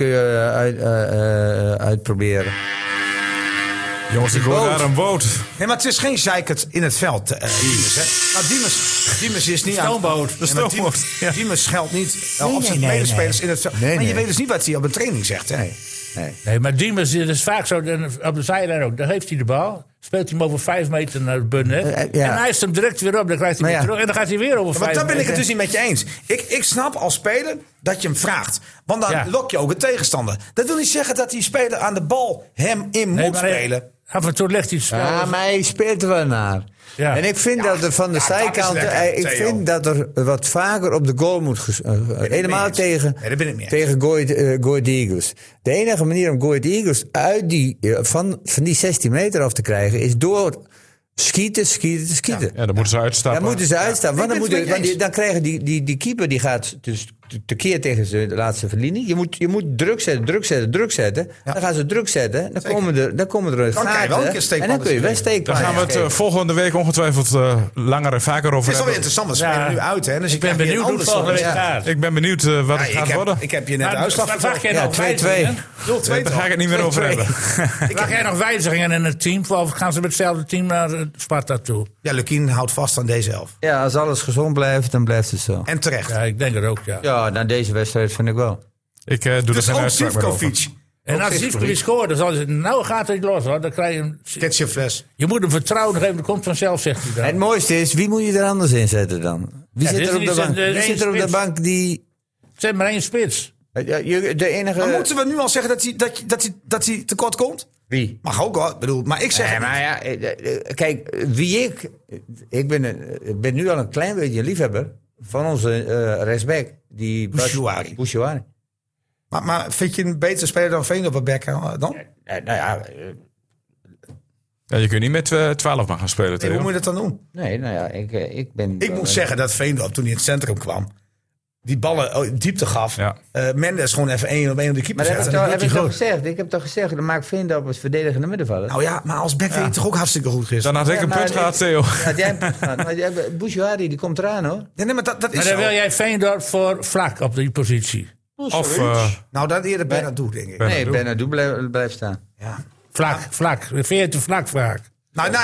uitproberen. Jongens, ik hoor daar een boot. Nee, maar het is geen zeikert in het veld, Diemers. Hè? Nou, Diemers is niet stoomboot. Diemers scheldt niet op zijn medespelers in het veld. Maar je weet dus niet wat hij op een training zegt, hè? Nee, maar Diemers is vaak zo, op de zijlijn ook. Dan heeft hij de bal, speelt hij hem over 5 meter naar de Burnett. En hij is hem direct weer op, dan krijgt hij weer terug. En dan gaat hij weer over 5 meter. Maar dan ben ik het dus niet met je eens. Ik snap als speler dat je hem vraagt. Want dan lok je ook een tegenstander. Dat wil niet zeggen dat die speler aan de bal hem in moet spelen. Af en toe legt hij het spel. Ja, maar hij speelt er wel naar. Ja. En ik vind dat er van de zijkanten, ik vind dat er wat vaker op de goal moet helemaal tegen Go Ahead Eagles. De enige manier om Go Ahead Eagles uit van die 16 meter af te krijgen is door schieten. Ja, dan moeten ze uitstappen. Dan moeten ze uitstappen. Want dan krijgen die keeper die gaat dus tekeer tegen de laatste verliening. Je moet druk zetten. Ja. Dan gaan ze druk zetten. Dan komen er gaten. En dan kun je wel steekpannen. Daar gaan we het volgende week ongetwijfeld langer en vaker over hebben. Het is wel interessant. We spelen nu uit. Hè? Dus ik ben benieuwd hoe het volgende week gaat. Ik ben benieuwd wat het gaat worden. Ik heb je net de uitslag verteld. Ja, 2-2. Daar ga ik het niet meer over hebben. Mag jij nog wijzigingen in het team? Of gaan ze met hetzelfde team naar Sparta toe? Ja, Lukien houdt vast aan deze 11. Ja, als alles gezond blijft, dan blijft het zo. En terecht. Ja, ik denk het ook, Ja, na deze wedstrijd vind ik wel. Ik doe dus er geen uitspraak meer over. En als Zivkovic scoort, dan zal hij nou gaat het los, hoor. Dan krijg je hem. Ketchupfles. Je moet hem vertrouwen geven, dat komt vanzelf, zegt hij dan. Het mooiste is, wie moet je er anders in zetten dan? Wie zit er op de bank? Wie zit er op de bank die... Zet maar 1 spits. De enige... Maar moeten we nu al zeggen dat hij tekort komt? Wie? Mag ook hoor. Bedoel, maar ik zeg. Nee, maar ja, kijk, ik ben nu al een klein beetje liefhebber van onze rechtsback, die Bouchouari. Maar vind je een betere speler dan Veendorp op back dan? Nou ja. Ja, je kunt niet met 12 man gaan spelen. Nee, hoe moet je dat dan doen? Nee, nou ja, ik moet zeggen dat Veendorp toen hij in het centrum kwam, die ballen diepte gaf. Ja. Mendes gewoon even 1 op 1 op de keeper zetten. Ik heb toch gezegd, dan maak Veendorp als verdedigende middenvelder. Nou ja, maar als back weet je toch ook hartstikke goed gisteren. Dan had ik een punt gehad, Theo. Ja, jij een punt gehad. Maar Bouchouari, die komt eraan, hoor. Ja, nee, maar dat is maar dan wil jij Veendorp voor Vlak op die positie. Of, nou, dat eerder Bernardo, denk ik. Nee, Bernardo blijft staan. Ja. Vlak. Vind je het te vlak vaak? Nou,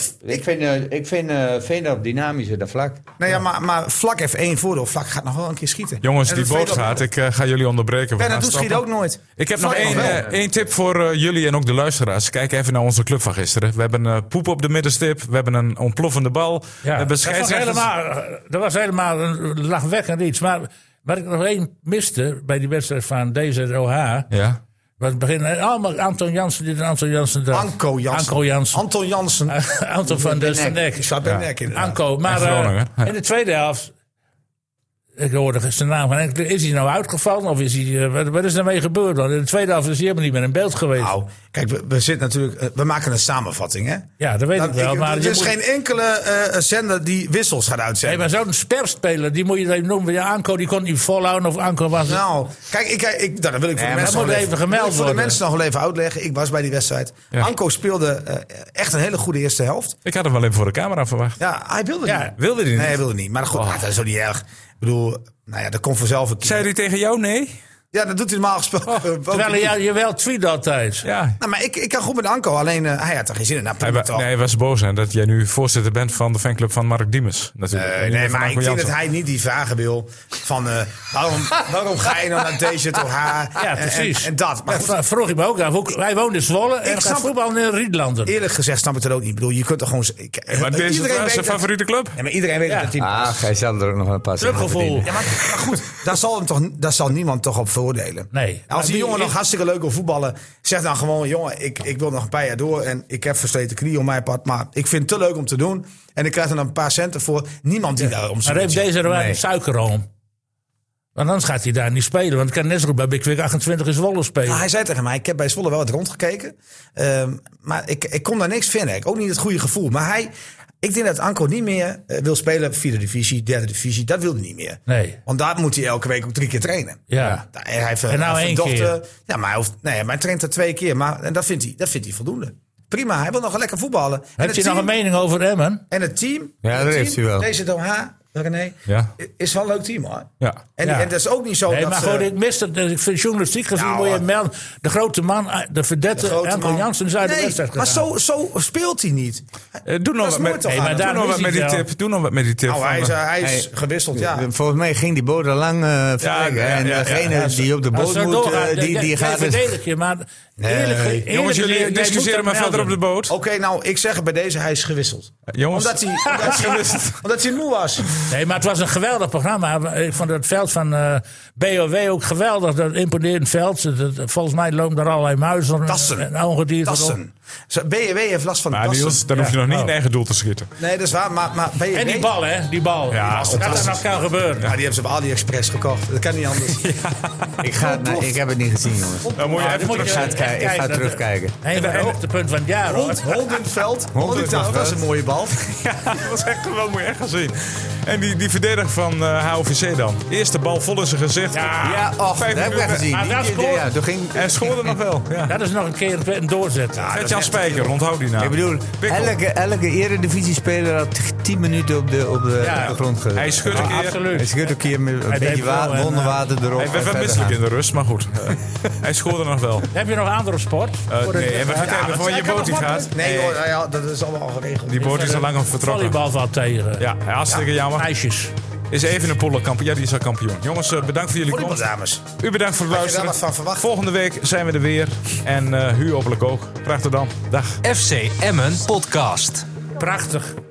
Ik vind Veendorp dynamischer dan Vlak. Nou ja, maar Vlak heeft 1 voordeel. Vlak gaat nog wel een keer schieten. jongens, die boot gaat. Ik ga jullie onderbreken. Bernardo schiet ook nooit. Ik heb nog één tip voor jullie en ook de luisteraars. Kijk even naar onze club van gisteren. We hebben poep op de middenstip. We hebben een ontploffende bal. We hebben dat was helemaal een lachwekkend iets. Maar wat ik nog één miste bij die wedstrijd van DZOH... Ja. Was het begin allemaal Anton Jansen dit en Anton Jansen dat. Anton Jansen. Anton van der Nek. Ik zat bij Nek inderdaad. Anko. Maar in de tweede helft... Ik hoorde zijn naam van Enkel. Is hij nou uitgevallen? Of is hij, wat is daarmee gebeurd? Want in de tweede helft is hij helemaal niet meer in beeld geweest. Nou, kijk, we zitten natuurlijk... we maken een samenvatting, hè? Ja, dat weet ik wel. Maar er is geen enkele zender die wissels gaat uitzenden. Nee, maar zo'n sperspeler, die moet je dan noemen. Ja, Anko, die kon niet volhouden. Of Anko was... Nou, kijk, dat wil ik voor de mensen nog even gemeld worden. Voor de mensen nog wel even uitleggen. Ik was bij die wedstrijd. Ja. Anko speelde echt een hele goede eerste helft. Ik had hem wel even voor de camera verwacht. Ja, hij wilde niet. Wilde hij niet? Nee, hij wilde niet. Maar goed, dat is ook niet erg. Ik bedoel, nou ja, dat komt vanzelf een keer. Zei hij tegen jou nee? Ja, dat doet hij normaal gesproken. Terwijl je wel tweet altijd. Ja. Nou, maar ik kan goed met Anko, alleen hij had er geen zin in. Hij was boos hè, dat jij nu voorzitter bent van de fanclub van Mark Diemers. Nee, maar ik denk dat hij niet die vragen wil van waarom ga je nou naar deze toch haar? Ja, precies. En dat. Maar dat vroeg ik me ook af. Wij woonden in Zwolle en gaat voetbal in Rietlanden. Eerlijk gezegd snap ik dat ook niet. Ik bedoel, je kunt toch gewoon... maar deze is zijn favoriete club? Ja, maar iedereen weet dat hij... hij zal er ook nog een paar clubgevoel. Ja, maar goed, daar zal niemand toch op veroordelen. Nee. Als die jongen nog hartstikke leuk wil voetballen, zeg dan gewoon, jongen, ik wil nog een paar jaar door en ik heb versleten knie om mijn part, maar ik vind het te leuk om te doen en ik krijg er dan een paar centen voor. Niemand die daar om Maar heeft deze er wel een suikerroom? Want anders gaat hij daar niet spelen. Want ik kan net zo goed bij Big 28 in Zwolle spelen. Nou, hij zei tegen mij, ik heb bij Zwolle wel wat rondgekeken. Maar ik kon daar niks vinden. Ik ook niet het goede gevoel. Maar ik denk dat Anko niet meer wil spelen. 4e divisie, 3e divisie. Dat wil hij niet meer. Nee. Want daar moet hij elke week ook 3 keer trainen. Ja. Hij heeft en nou 1 keer. Ja, maar hij traint er 2 keer. En dat vindt hij voldoende. Prima, hij wil nog lekker voetballen. Heb je nog een mening over Emmen? En het team. Ja, dat heeft hij wel. Deze René, is wel een leuk team hoor. Ja. En dat is ook niet zo dat... maar goed, ik mis het. Ik vind journalistiek gezien moet je melden. De grote man, de verdette Anko Jansen is uit de wedstrijd gegaan. Maar zo speelt hij niet. Doe nog wat met die tip. Nou, hij is gewisseld, ja. Volgens mij ging die boot al lang vertrekken. En degene die op de boot moet, die gaat... verdedig je, maar... Eerlijk, jongens, jullie discussiëren maar verder op de boot. Oké, nou, ik zeg bij deze, hij is gewisseld. Jongens. Omdat hij moe was. Nee, maar het was een geweldig programma. Ik vond het veld van BOW ook geweldig. Dat imponerend veld. Volgens mij lopen er allerlei muizen en ongedierte. BOW heeft last van de tassen. Dan hoef je nog niet in eigen doel te schieten. Nee, dat is waar. Maar BOW... En die bal, hè? Die bal. Ja, dat nog kan gebeuren. Ja, die hebben ze op AliExpress gekocht. Dat kan niet anders. Ik heb het niet gezien, jongens. Dan moet je even ik ga terugkijken. Een van de hoogtepunten van het jaar, hoor. Hondenveld. Dat is een mooie bal. Ja, dat was echt geweldig. Moet je echt gaan zien. En die verdediger van HOVC dan. Eerste bal vol in zijn gezicht. Ja, dat heb ik gezien. Hij scoorde nog wel. Ja. Dat is nog een keer een doorzet. Gert-Jan Spijker, onthoud die naam. Ik bedoel, elke eredivisiespeler had 10 minuten op de grond gezet. Hij schudt een keer. Absoluut. Hij schudt een keer met een beetje wonderwater erop. Hij werd wel misselijk in de rust, maar goed. Hij scoorde nog wel. Heb je nog andere sport? Nee, even vertellen van je boot die gaat. Nee hoor, dat is allemaal geregeld. Die boot is al lang vertrokken. Volleybal valt tegen. Ja, hartstikke jammer. IJsjes. Is even een pollenkampioen. Ja, die is al kampioen. Jongens, bedankt voor jullie komst. Dames. U bedankt voor het luisteren. Had je daar wat van verwacht? Volgende week zijn we er weer. En u hopelijk ook. Graag tot dan. Dag. FC Emmen Podcast. Prachtig.